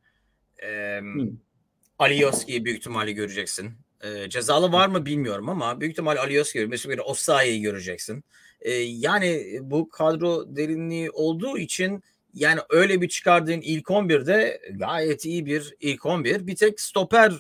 e, Hmm. Alioski'yi büyük ihtimalle göreceksin. E, cezalı var mı bilmiyorum ama büyük ihtimalle Alioski'yi, mesela Osayi'yi göreceksin. E, yani bu kadro derinliği olduğu için yani öyle bir çıkardığın ilk on birde gayet iyi bir ilk on bir. Bir tek stoper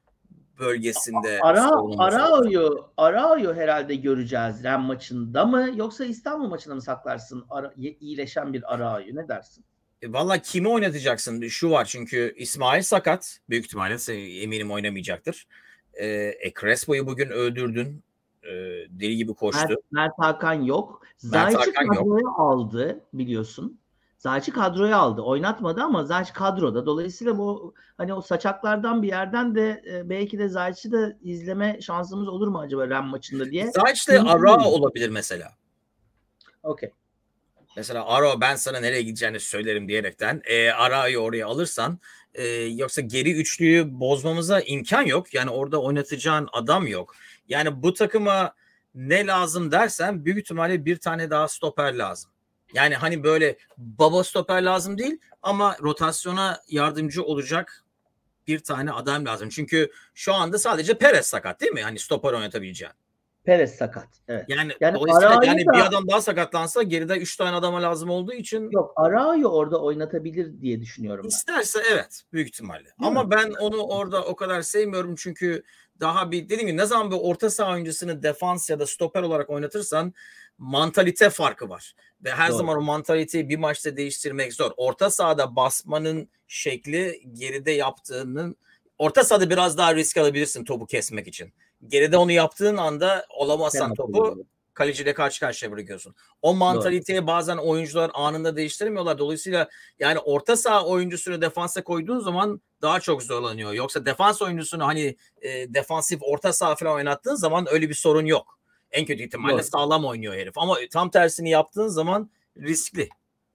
bölgesinde Ara sorunumuz var. Arao'yu Arao'yu herhalde göreceğiz Ren maçında mı, yoksa İstanbul maçında mı saklarsın Ara, iyileşen bir Arao'yu, ne dersin? E, Valla kimi oynatacaksın? Şu var, çünkü İsmail sakat. Büyük ihtimalle eminim oynamayacaktır. E, e Crespo'yu bugün öldürdün. E, deli gibi koştu. Mert, Mert Hakan yok. Mert Zayç'ı Hakan yok. kadroya aldı biliyorsun. Zayç'ı kadroya aldı. Oynatmadı ama Zayç kadroda. Dolayısıyla bu hani o saçaklardan bir yerden de e, belki de Zayç'ı da izleme şansımız olur mu acaba Ren maçında diye. Zayç de Ümit Ara ediyorum. olabilir mesela. Okey. Mesela Ara, ben sana nereye gideceğini söylerim diyerekten e, Ara'yı oraya alırsan e, yoksa geri üçlüyü bozmamıza imkan yok. Yani orada oynatacağın adam yok. Yani bu takıma ne lazım dersen büyük ihtimalle bir tane daha stoper lazım. Yani hani böyle baba stoper lazım değil ama rotasyona yardımcı olacak bir tane adam lazım. Çünkü şu anda sadece Perez sakat değil mi? Hani stoper oynatabileceğin. Perez sakat. Evet. Yani Yani dolayısıyla Arao'yu yani bir da adam daha sakatlansa geride üç tane adama lazım olduğu için yok, Arao'yu orada oynatabilir diye düşünüyorum ben. İsterse evet, büyük ihtimalle. Değil mi? Ama ben onu orada o kadar sevmiyorum, çünkü daha bir dediğim gibi ne zaman bir orta saha oyuncusunu defans ya da stoper olarak oynatırsan mantalite farkı var. Ve her Doğru. zaman o mantaliteyi bir maçta değiştirmek zor. Orta sahada basmanın şekli geride yaptığının, orta sahada biraz daha risk alabilirsin topu kesmek için. Geride onu yaptığın anda olamazsan Penaltı topu oluyor. kaleciyle karşı karşıya bırakıyorsun. O Doğru. mantaliteyi bazen oyuncular anında değiştiremiyorlar. Dolayısıyla yani orta saha oyuncusunu defansa koyduğun zaman daha çok zorlanıyor. Yoksa defans oyuncusunu hani e, defansif orta saha falan oynattığın zaman öyle bir sorun yok. En kötü ihtimalle Doğru. sağlam oynuyor herif. Ama tam tersini yaptığın zaman riskli.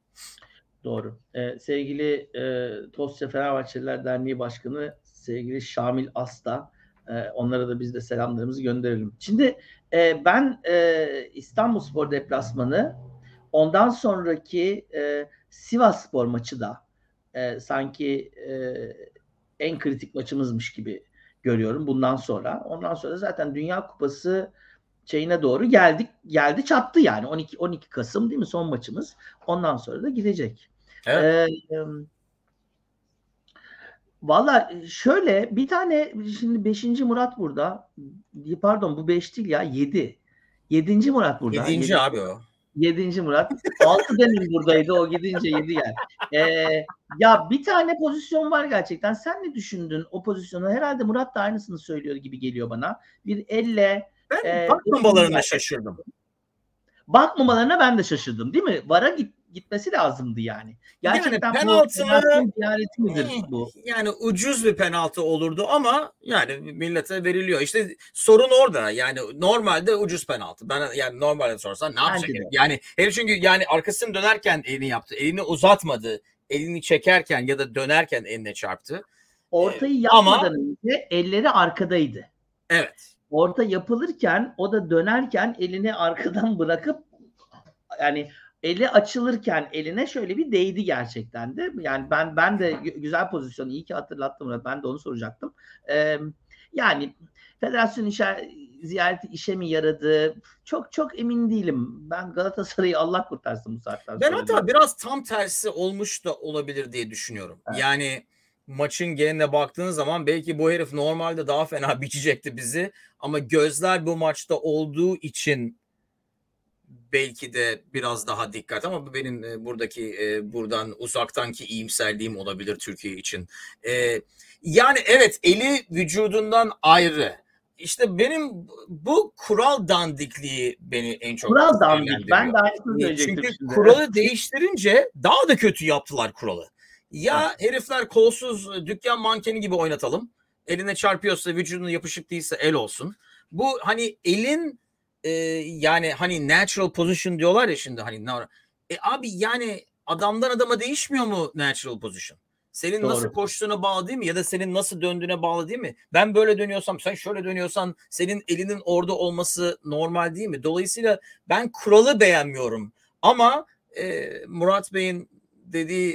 Doğru. Ee, sevgili e, Tosya Fenerbahçeliler Derneği Başkanı sevgili Şamil Asta, e, onlara da biz de selamlarımızı gönderelim. Şimdi e, ben e, İstanbulspor deplasmanı, ondan sonraki e, Sivasspor maçı da e, sanki e, en kritik maçımızmış gibi görüyorum bundan sonra. Ondan sonra zaten Dünya Kupası şeyine doğru geldik. Geldi çattı yani. on iki on iki Kasım değil mi son maçımız? Ondan sonra da gidecek. Evet. Ee, Valla şöyle bir tane, şimdi beşinci Murat burada. Pardon, bu beş değil ya, yedi. Yedinci Murat burada. Yedinci Yedinci, abi o. yedinci Murat. altı demin buradaydı. O gidince yedi gel. Ee, ya bir tane pozisyon var gerçekten. Sen ne düşündün o pozisyonu? Herhalde Murat da aynısını söylüyor gibi geliyor bana. Bir elle ben e, bakmamalarına şaşırdım. Bakmamalarına ben de şaşırdım, değil mi? Vara git, gitmesi lazımdı yani. Gerçekten yani penaltı mı? Ziyaret midir bu? Yani ucuz bir penaltı olurdu ama yani millete veriliyor. İşte sorun orada. Yani normalde ucuz penaltı. Ben yani normalde sorsan ne yapacak? Yani herif çünkü yani arkasını dönerken elini yaptı. Elini uzatmadı. Elini çekerken ya da dönerken eline çarptı. Ortayı yapmadan ama, önce elleri arkadaydı. Evet. Orta yapılırken o da dönerken elini arkadan bırakıp yani eli açılırken eline şöyle bir değdi gerçekten de. Yani ben ben de güzel pozisyon. İyi ki hatırlattım Murat. Ben de onu soracaktım. Ee, yani federasyon işe, ziyareti işe mi yaradı? Çok çok emin değilim. Ben Galatasaray'ı Allah kurtarsın bu saatten ben sonra. Ben hatta biraz tam tersi olmuş da olabilir diye düşünüyorum. Evet. Yani maçın geneline baktığın zaman belki bu herif normalde daha fena biçecekti bizi. Ama gözler bu maçta olduğu için belki de biraz daha dikkat, ama bu benim buradaki buradan uzaktanki iyimserliğim olabilir Türkiye için. Yani evet, eli vücudundan ayrı. İşte benim bu kural dandikliği beni en çok kural dandik. Ben de aynısını söyleyecektim. Çünkü şimdi. Kuralı değiştirince daha da kötü yaptılar kuralı. Ya evet. Herifler kolsuz dükkan mankeni gibi oynatalım. Eline çarpıyorsa, vücuduna yapışık değilse el olsun. Bu hani elin e, yani hani natural position diyorlar ya şimdi hani. E abi yani adamdan adama değişmiyor mu natural position? Senin Doğru. nasıl koştuğuna bağlı değil mi? Ya da senin nasıl döndüğüne bağlı değil mi? Ben böyle dönüyorsam, sen şöyle dönüyorsan senin elinin orada olması normal değil mi? Dolayısıyla ben kuralı beğenmiyorum. Ama e, Murat Bey'in dediği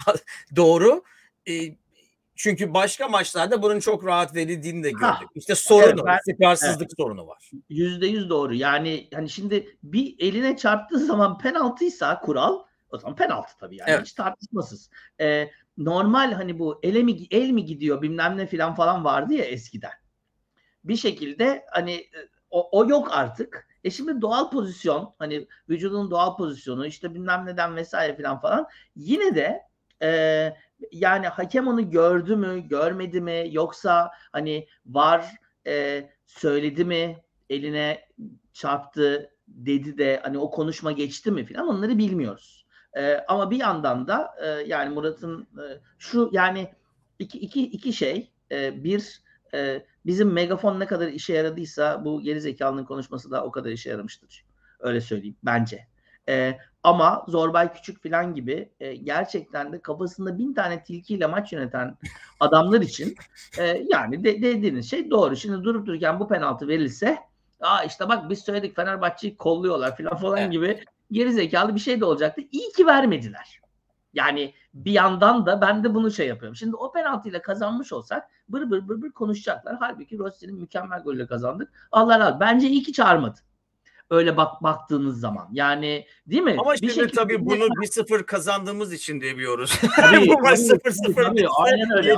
doğru. E, çünkü başka maçlarda bunun çok rahat verildiğini de gördük. Ha, işte sorun evet, o. İstikrarsızlık evet. sorunu var. Yüzde yüz doğru. Yani hani şimdi bir eline çarptığı zaman penaltıysa kural, o zaman penaltı tabii yani. Evet. Hiç tartışmasız. Ee, normal hani bu ele mi, el mi gidiyor bilmem ne filan falan vardı ya eskiden. Bir şekilde hani o, o yok artık. E şimdi doğal pozisyon, hani vücudun doğal pozisyonu işte bilmem neden vesaire filan falan. Yine de e, yani hakem onu gördü mü, görmedi mi, yoksa hani var e, söyledi mi, eline çarptı dedi de hani o konuşma geçti mi filan, onları bilmiyoruz. E, ama bir yandan da e, yani Murat'ın e, şu yani iki, iki, iki şey e, bir e, bizim megafon ne kadar işe yaradıysa bu gerizekalının konuşması da o kadar işe yaramıştır. Öyle söyleyeyim bence. E, ama Zorbay Küçük falan gibi e, gerçekten de kafasında bin tane tilkiyle maç yöneten adamlar için e, yani de, dediğiniz şey doğru. Şimdi durup dururken bu penaltı verilse, aa işte bak biz söyledik Fenerbahçe'yi kolluyorlar falan falan evet. gibi gerizekalı bir şey de olacaktı. İyi ki vermediler. Yani bir yandan da ben de bunu şey yapıyorum. Şimdi o penaltıyla kazanmış olsak bır bır bır bır konuşacaklar. Halbuki Rossi'nin mükemmel golüyle kazandık. Allah razı olsun. Bence iyi ki çağırmadı. Öyle bak baktığınız zaman. Yani değil mi? Ama bir şimdi şekilde... tabii bunu bir sıfır kazandığımız için diyoruz. Tabii, Bu maç sıfır sıfır. Tabii, aynen öyle.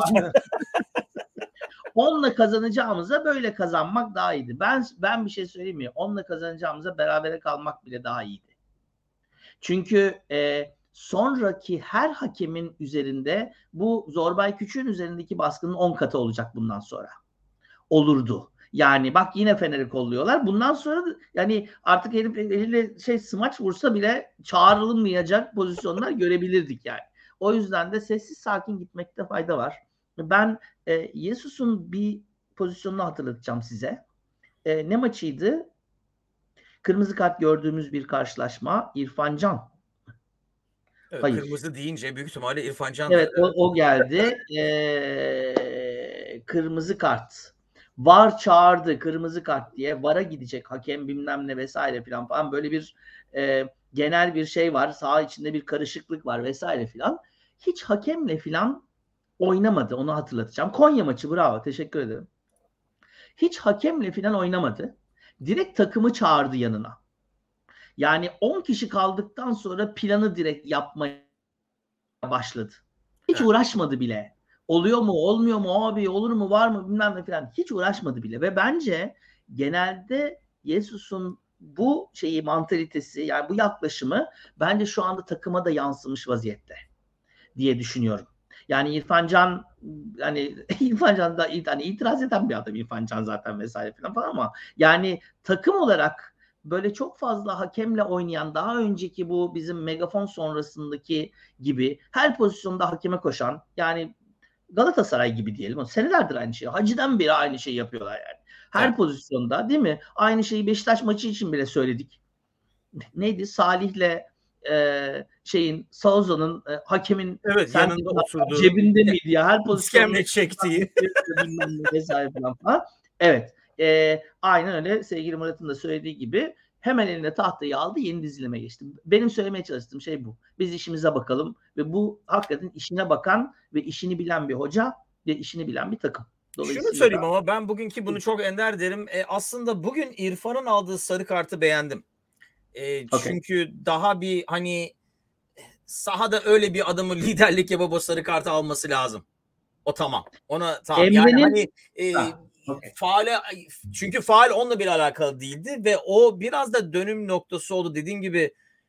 Onunla kazanacağımıza böyle kazanmak daha iyiydi. Ben ben bir şey söyleyeyim mi? Onunla kazanacağımıza berabere kalmak bile daha iyiydi. Çünkü e, sonraki her hakemin üzerinde bu Zorbay Küçük'ün üzerindeki baskının on katı olacak bundan sonra. Olurdu. Yani bak yine Fener'i kolluyorlar. Bundan sonra da, yani artık herif eliyle şey smaç vursa bile çağrılmayacak pozisyonlar görebilirdik yani. O yüzden de sessiz sakin gitmekte fayda var. Ben e, Jesus'un bir pozisyonunu hatırlatacağım size. E, ne maçıydı? Kırmızı kart gördüğümüz bir karşılaşma. İrfan Can. Evet, Hayır. Kırmızı deyince büyük ihtimalle İrfan Can. Evet o, o geldi. Ee, kırmızı kart. VAR çağırdı kırmızı kart diye. VAR'a gidecek hakem bilmem ne vesaire filan falan. Böyle bir e, genel bir şey var. Saha içinde bir karışıklık var vesaire filan. Hiç hakemle filan oynamadı. Onu hatırlatacağım. Konya maçı, bravo. Teşekkür ederim. Hiç hakemle filan oynamadı. Direkt takımı çağırdı yanına. Yani on kişi kaldıktan sonra planı direkt yapmaya başladı. Hiç evet. uğraşmadı bile. Oluyor mu, olmuyor mu abi, olur mu, var mı bilmem ne falan. Hiç uğraşmadı bile ve bence genelde Jesus'un bu şeyi, mantalitesi, yani bu yaklaşımı bence şu anda takıma da yansımış vaziyette diye düşünüyorum. Yani İrfan Can, hani İrfan Can da hani itiraz eden bir adam İrfan Can zaten vesaire falan ama yani takım olarak böyle çok fazla hakemle oynayan, daha önceki bu bizim megafon sonrasındaki gibi her pozisyonda hakeme koşan, yani Galatasaray gibi diyelim. Senelerdir aynı şey. Hacı'dan beri aynı şeyi yapıyorlar yani. Her evet. pozisyonda, değil mi? Aynı şeyi Beşiktaş maçı için bile söyledik. Neydi? Salih'le e, şeyin Sauza'nın e, hakemin evet, yanında oturduğu, cebinde miydi ya? Her pozisyonda çektiği vesaire falan. Evet. E, aynen öyle sevgili Murat'ın da söylediği gibi hemen eline tahtayı aldı, yeni dizilime geçti. Benim söylemeye çalıştığım şey bu. Biz işimize bakalım ve bu hakikaten işine bakan ve işini bilen bir hoca ve işini bilen bir takım. Şunu söyleyeyim da... ama ben bugünkü bunu çok ender derim. E, aslında bugün İrfan'ın aldığı sarı kartı beğendim. E, okay. Çünkü daha bir hani sahada öyle bir adamı liderlik yapıp o sarı kartı alması lazım. O tamam. Ona tamam. Emre'nin... Yani hani e, ha, okay. faale, çünkü faal onunla bir alakalı değildi ve o biraz da dönüm noktası oldu. Dediğim gibi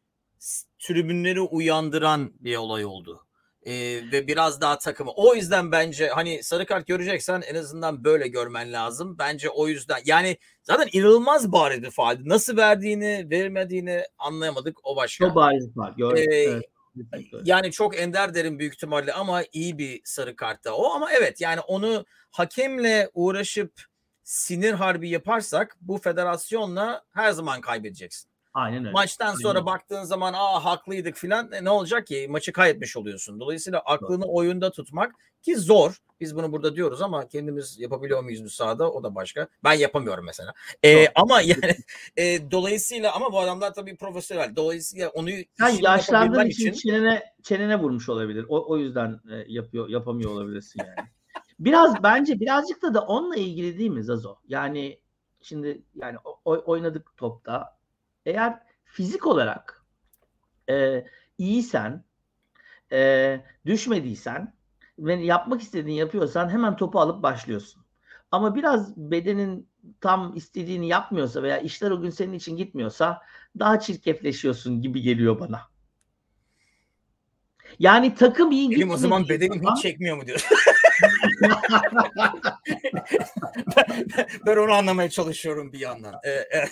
tribünleri uyandıran bir olay oldu. Ee, ve biraz daha takımı. O yüzden bence hani sarı kart göreceksen en azından böyle görmen lazım. Bence o yüzden yani zaten inanılmaz bariz bir faal. Nasıl verdiğini, vermediğini anlayamadık. O başka. Çok bariz faal. Gördüm. Ee, evet. Yani çok ender derim büyük ihtimalle ama iyi bir sarı kartta o. Ama evet yani onu hakemle uğraşıp sinir harbi yaparsak bu federasyonla her zaman kaybedeceksin. Aynen öyle. Maçtan sonra Aynen. baktığın zaman aa haklıydık filan e, ne olacak ki? Maçı kaybetmiş oluyorsun. Dolayısıyla aklını Doğru. oyunda tutmak ki zor. Biz bunu burada diyoruz ama kendimiz yapabiliyor muyuz bu sahada? O da başka. Ben yapamıyorum mesela. E, ama yani e, dolayısıyla ama bu adamlar tabii profesyonel. Dolayısıyla onu yani yaşlandığın için, için çenene çenene vurmuş olabilir. O, o yüzden e, yapıyor yapamıyor olabilirsin yani. Biraz bence birazcık da da onunla ilgili değil mi Zazo? Yani şimdi yani o, oynadık topta. Eğer fizik olarak e, iyiysen, e, düşmediysen ve yapmak istediğini yapıyorsan hemen topu alıp başlıyorsun. Ama biraz bedenin tam istediğini yapmıyorsa veya işler o gün senin için gitmiyorsa daha çirkefleşiyorsun gibi geliyor bana. Yani takım iyi gitmediği Benim o zaman bedenim zaman... hiç çekmiyor mu diyor. ben, ben onu anlamaya çalışıyorum bir yandan. Ee,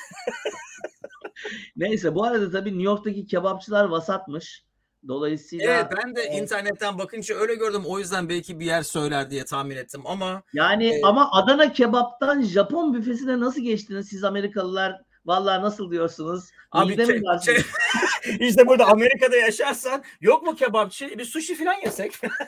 Neyse bu arada tabii New York'taki kebapçılar vasatmış. Dolayısıyla evet ben de e, internetten bakınca öyle gördüm. O yüzden belki bir yer söyler diye tahmin ettim ama yani e, ama Adana kebaptan Japon büfesine nasıl geçtiniz siz Amerikalılar? Vallahi nasıl diyorsunuz? Abi ke- ke- işte burada Amerika'da yaşarsan yok mu kebapçı? Bir sushi falan yesek.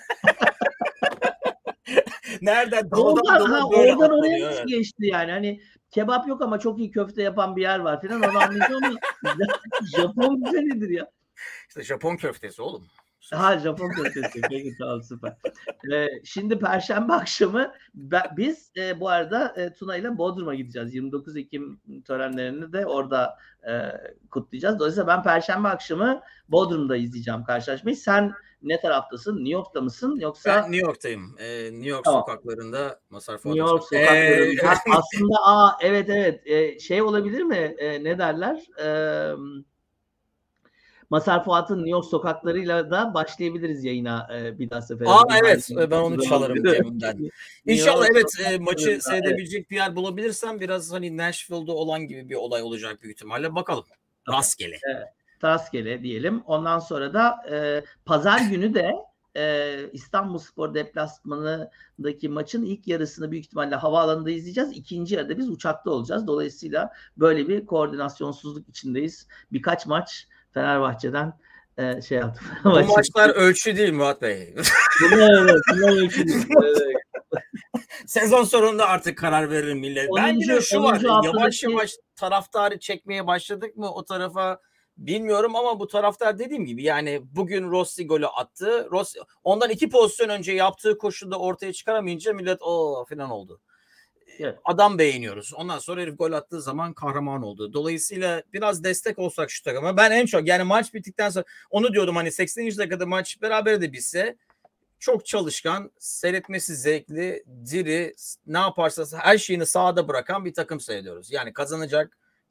Nereden? Oradan, ha, oradan oraya nasıl evet. geçti yani? Hani kebap yok ama çok iyi köfte yapan bir yer var falan. Onu anlayacağım ama Japon büfe nedir ya? İşte Japon köftesi oğlum. Ha Japon köftesi. Peki tamam süper. Ee, şimdi Perşembe akşamı ben, biz e, bu arada e, Tuna ile Bodrum'a gideceğiz. yirmi dokuz Ekim törenlerini de orada e, kutlayacağız. Dolayısıyla ben Perşembe akşamı Bodrum'da izleyeceğim karşılaşmayı. Sen ne taraftasın? New York'ta mısın? Yoksa ben New York'tayım. Ee, New York tamam. sokaklarında Mazhar Fuat New York sokaklarında. Ee, aslında aa evet evet e, şey olabilir mi? E, ne derler? Eee Mazhar Fuat'ın New York sokaklarıyla da başlayabiliriz yayına e, bir daha sefer. Aa evet ben onu çalarım Cem'den. İnşallah evet e, maçı seyredebilecek evet. bir yer bulabilirsem biraz hani Nashville'da olan gibi bir olay olacak büyük ihtimalle. Bakalım. Rastgele. Evet, rastgele diyelim. Ondan sonra da e, pazar günü de e, İstanbulspor deplasmanındaki maçın ilk yarısını büyük ihtimalle havaalanında izleyeceğiz. İkinci yarıda biz uçakta olacağız. Dolayısıyla böyle bir koordinasyonsuzluk içindeyiz. Birkaç maç Fenerbahçe'den e, şey yaptım. Bu maçlar ölçü değil Murat Bey. Evet, ölçü değil. Evet. Sezon sonunda artık karar verir millet. Bence de şu var. Yavaş yavaş taraftarı çekmeye başladık mı o tarafa bilmiyorum ama bu taraftar dediğim gibi yani bugün Rossi golü attı. Rossi ondan iki pozisyon önce yaptığı koşuda ortaya çıkaramayınca millet o falan oldu. Evet. Adam beğeniyoruz. Ondan sonra herif gol attığı zaman kahraman oldu. Dolayısıyla biraz destek olsak şu takıma. Ben en çok yani maç bittikten sonra onu diyordum hani sekseninci dakikada maç beraber de bitse çok çalışkan, seyretmesi zevkli, diri, ne yaparsa her şeyini sahada bırakan bir takım seyrediyoruz. Yani kazanacak,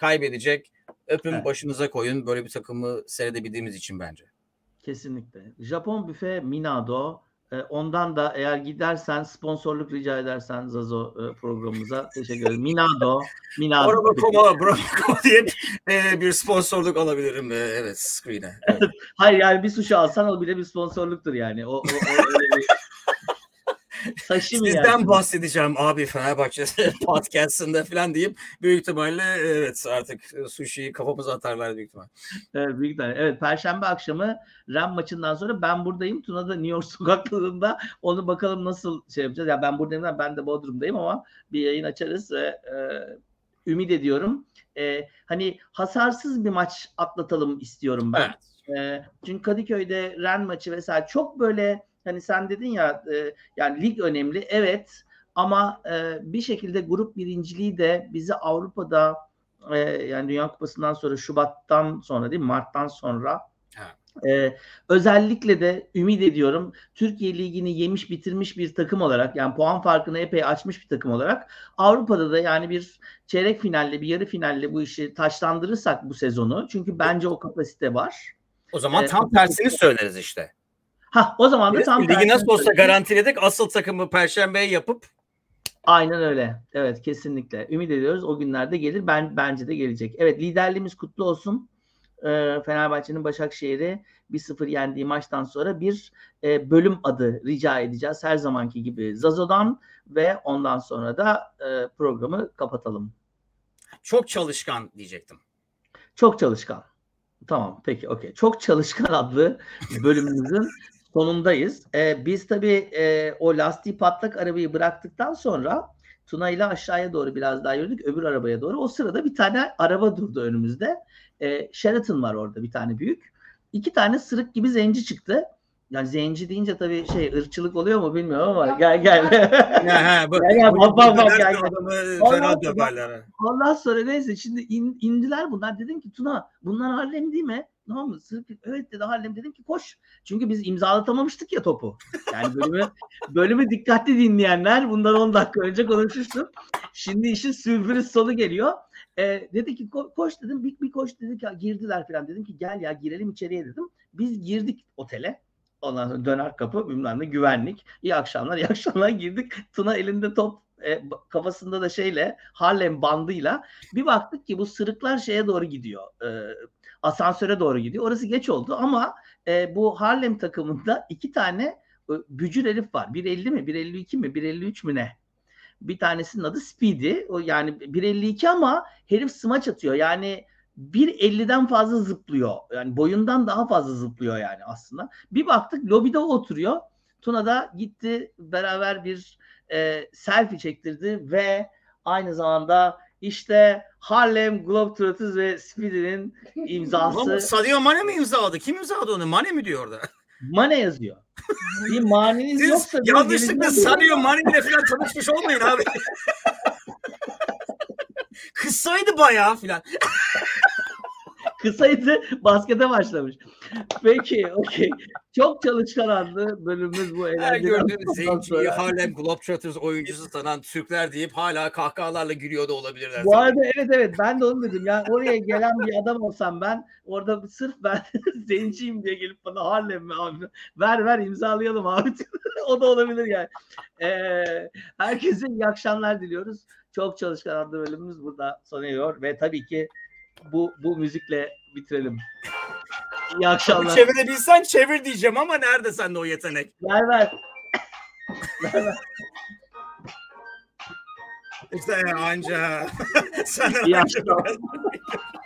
kaybedecek. Öpün Evet. başınıza koyun böyle bir takımı seyredebildiğimiz için bence. Kesinlikle. Japon büfe Minado. E, ondan da eğer gidersen sponsorluk rica edersen Zazo e, programımıza teşekkür ederim. Minado. Minado. Bravo.com'a Bravo.com diye e, bir sponsorluk alabilirim. E, evet screen'e. Evet. Hayır yani bir sushi alsan o bile bir sponsorluktur yani. O, o, o öyle bir sashimi Sizden yani. bahsedeceğim abi Fenerbahçe podcast'ında falan deyip büyük ihtimalle evet artık sushi'yi kafamıza atarlar büyük ihtimalle. Evet, büyük ihtimalle. Evet, Perşembe akşamı Ren maçından sonra ben buradayım. Tuna da New York sokaklarında. Onu bakalım nasıl şey yapacağız. Ya yani ben buradayım, ben de Bodrum'dayım ama bir yayın açarız ve e, ümit ediyorum. E, hani hasarsız bir maç atlatalım istiyorum ben. Evet. E, çünkü Kadıköy'de Ren maçı vesaire çok böyle hani sen dedin ya e, yani lig önemli. Evet ama e, bir şekilde grup birinciliği de bizi Avrupa'da e, yani Dünya Kupası'ndan sonra Şubat'tan sonra değil mi? Mart'tan sonra e, özellikle de ümit ediyorum Türkiye Ligi'ni yemiş bitirmiş bir takım olarak yani puan farkını epey açmış bir takım olarak Avrupa'da da yani bir çeyrek finalle bir yarı finalle bu işi taşlandırırsak bu sezonu çünkü bence o kapasite var. O zaman e, tam tersini söyleriz işte. Ha o zaman da tam ligi tersini nasıl olsa garantiledik asıl takımı Perşembe'ye yapıp aynen öyle. Evet kesinlikle. Ümit ediyoruz o günlerde gelir. Ben bence de gelecek. Evet liderliğimiz kutlu olsun. Ee, Fenerbahçe'nin Başakşehir'i bir sıfır yendiği maçtan sonra bir e, bölüm adı rica edeceğiz. Her zamanki gibi Zazo'dan ve ondan sonra da e, programı kapatalım. Çok çalışkan diyecektim. Çok çalışkan. Tamam peki okey. Çok çalışkan adlı bölümümüzün sonundayız. Ee, biz tabii e, o lastiği patlak arabayı bıraktıktan sonra Tuna ile aşağıya doğru biraz daha yürüdük. Öbür arabaya doğru. O sırada bir tane araba durdu önümüzde. E, Sheraton var orada bir tane büyük. İki tane sırık gibi zenci çıktı. Yani zenci deyince tabii şey ırkçılık oluyor mu bilmiyorum ama gel gel. Ya, bu, gel, gel bak bak bak gel. Ondan, ondan sonra neyse şimdi in, indiler bunlar. Dedim ki Tuna bunlar Harlem değil mi? Tamam mı? Sırf, evet dedi Harlem. Dedim ki koş. Çünkü biz imzalatamamıştık ya topu. Yani bölümü, bölümü dikkatli dinleyenler bundan on dakika önce konuşmuştum. Şimdi işin sürpriz sonu geliyor. Ee, dedi ki ko- koş dedim. Bir, bir koş dedik ya girdiler falan. Dedim ki gel ya girelim içeriye dedim. Biz girdik otele. Ondan sonra döner kapı bilmem ne güvenlik. İyi akşamlar iyi akşamlar girdik. Tuna elinde top e, kafasında da şeyle Harlem bandıyla bir baktık ki bu sırıklar şeye doğru gidiyor. E, asansöre doğru gidiyor. Orası geç oldu ama e, bu Harlem takımında iki tane e, bücür herif var. bir elli mi? bir elli iki mi? bir elli üç mü ne? Bir tanesinin adı Speedy. O yani bir elli iki ama herif smaç atıyor. Yani bir elliden fazla zıplıyor. Yani boyundan daha fazla zıplıyor yani aslında. Bir baktık lobide oturuyor. Tuna da gitti beraber bir e, selfie çektirdi ve aynı zamanda işte Harlem Globetrotters ve Speedy'nin imzası. Sadio Mane mi imzaladı? Kim imzaladı onu? Mane mi diyor orada? Mane yazıyor. Bir maneniz Siz yoksa yanlışlıkla Sadio Mane ile falan tanışmış olmayın abi. Kısaydı bayağı filan. Kısaydı baskete başlamış. Peki, okey. Çok çalışkan adlı bölümümüz bu. Her gördüğünüz zenciyi Harlem Globetrotters oyuncusu sanan Türkler deyip hala kahkahalarla gülüyor da olabilirler. Bu arada evet evet ben de onu dedim. Yani oraya gelen bir adam olsam ben orada sırf ben zenciyim diye gelip bana Harlem mi abi? Ver ver imzalayalım abi. O da olabilir yani. Ee, herkese iyi akşamlar diliyoruz. Çok çalışkan adlı bölümümüz burada sona eriyor ve tabii ki bu bu müzikle bitirelim. İyi akşamlar. Çevirebilsen çevir diyeceğim ama nerede sende o yetenek? Ver ver. ver, ver. İşte anca. Sen İyi akşamlar.